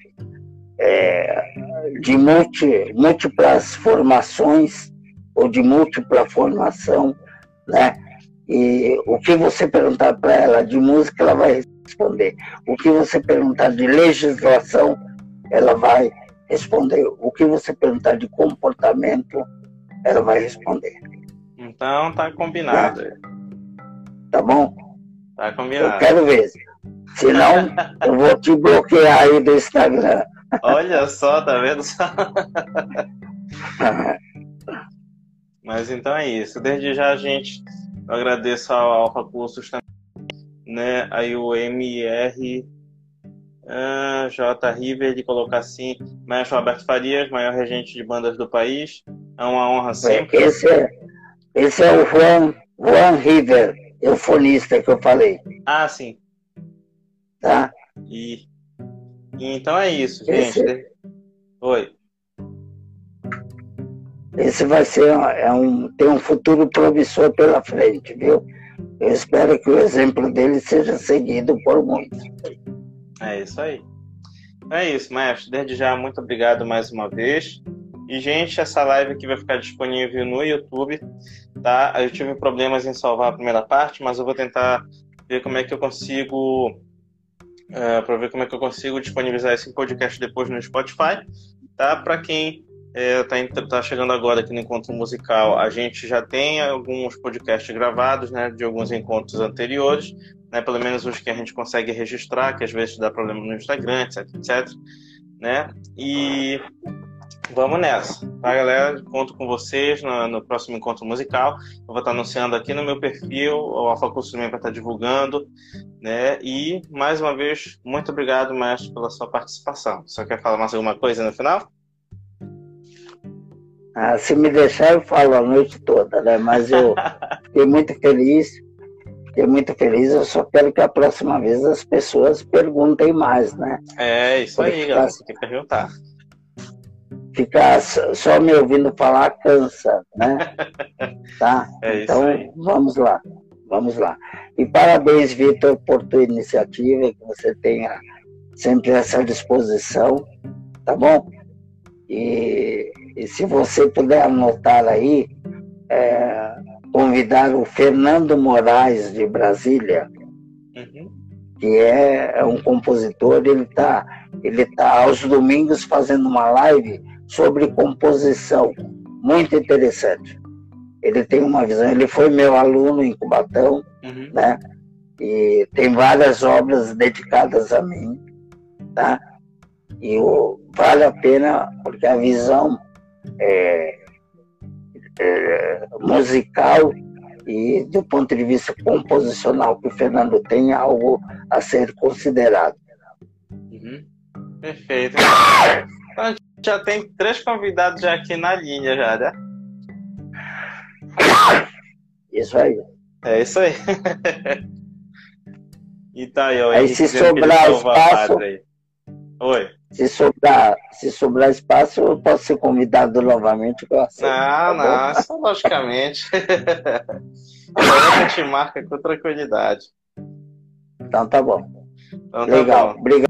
de múltiplas formações, ou de múltipla formação, né? E o que você perguntar para ela de música, ela vai responder. O que você perguntar de legislação, ela vai responder. O que você perguntar de comportamento, ela vai responder. Então tá combinado. Tá bom? Tá combinado. Eu quero ver. Senão, eu vou te bloquear aí do Instagram. Olha só, tá vendo só? Mas então é isso. Desde já, gente, eu agradeço ao Alfa Cursos também, né? Aí o MR J. River, de colocar assim, Maestro Roberto Farias, maior regente de bandas do país. É uma honra sempre. Esse é o Juan River, eufonista que eu falei. Ah, sim. Tá? E então é isso, gente. Oi. Esse vai ser tem um futuro promissor pela frente, viu? Eu espero que o exemplo dele seja seguido por muitos. É isso aí. É isso, maestro. Desde já, muito obrigado mais uma vez. E, gente, essa live aqui vai ficar disponível no YouTube, tá? Eu tive problemas em salvar a primeira parte, mas eu vou tentar ver como é que eu consigo disponibilizar esse podcast depois no Spotify, tá? Para quem Tá chegando agora aqui no Encontro Musical. A gente já tem alguns podcasts gravados, né, de alguns encontros anteriores, né, pelo menos os que a gente consegue registrar, que às vezes dá problema no Instagram, etc, etc, né? E vamos nessa, tá, galera? Conto com vocês no próximo Encontro Musical. Eu vou estar anunciando aqui no meu perfil, o Alpha Curso também vai estar divulgando, né? E, mais uma vez, muito obrigado, mestre, pela sua participação. Só quer falar mais alguma coisa no final? Se me deixar, eu falo a noite toda, né? Mas eu fiquei muito feliz. Eu só quero que a próxima vez as pessoas perguntem mais, né? Isso aí, galera. Você tem que perguntar. Ficar só me ouvindo falar cansa, né? Tá? Então, vamos lá. E parabéns, Vitor, por tua iniciativa, que você tenha sempre essa disposição, tá bom? E se você puder anotar aí, convidar o Fernando Moraes de Brasília, que é um compositor, ele tá aos domingos fazendo uma live sobre composição, muito interessante. Ele tem uma visão, ele foi meu aluno em Cubatão, né? E tem várias obras dedicadas a mim, tá? E vale a pena, porque a visão musical e do ponto de vista composicional que o Fernando tem é algo a ser considerado. Perfeito. Então, a gente já tem 3 convidados já aqui na linha, já, né? Isso aí. É isso aí. E tá aí se sobrar espaço... Oi. Se sobrar espaço, eu posso ser convidado novamente. Não, só logicamente. A gente marca com tranquilidade. Então tá bom. Então, legal. Tá bom. Obrigado.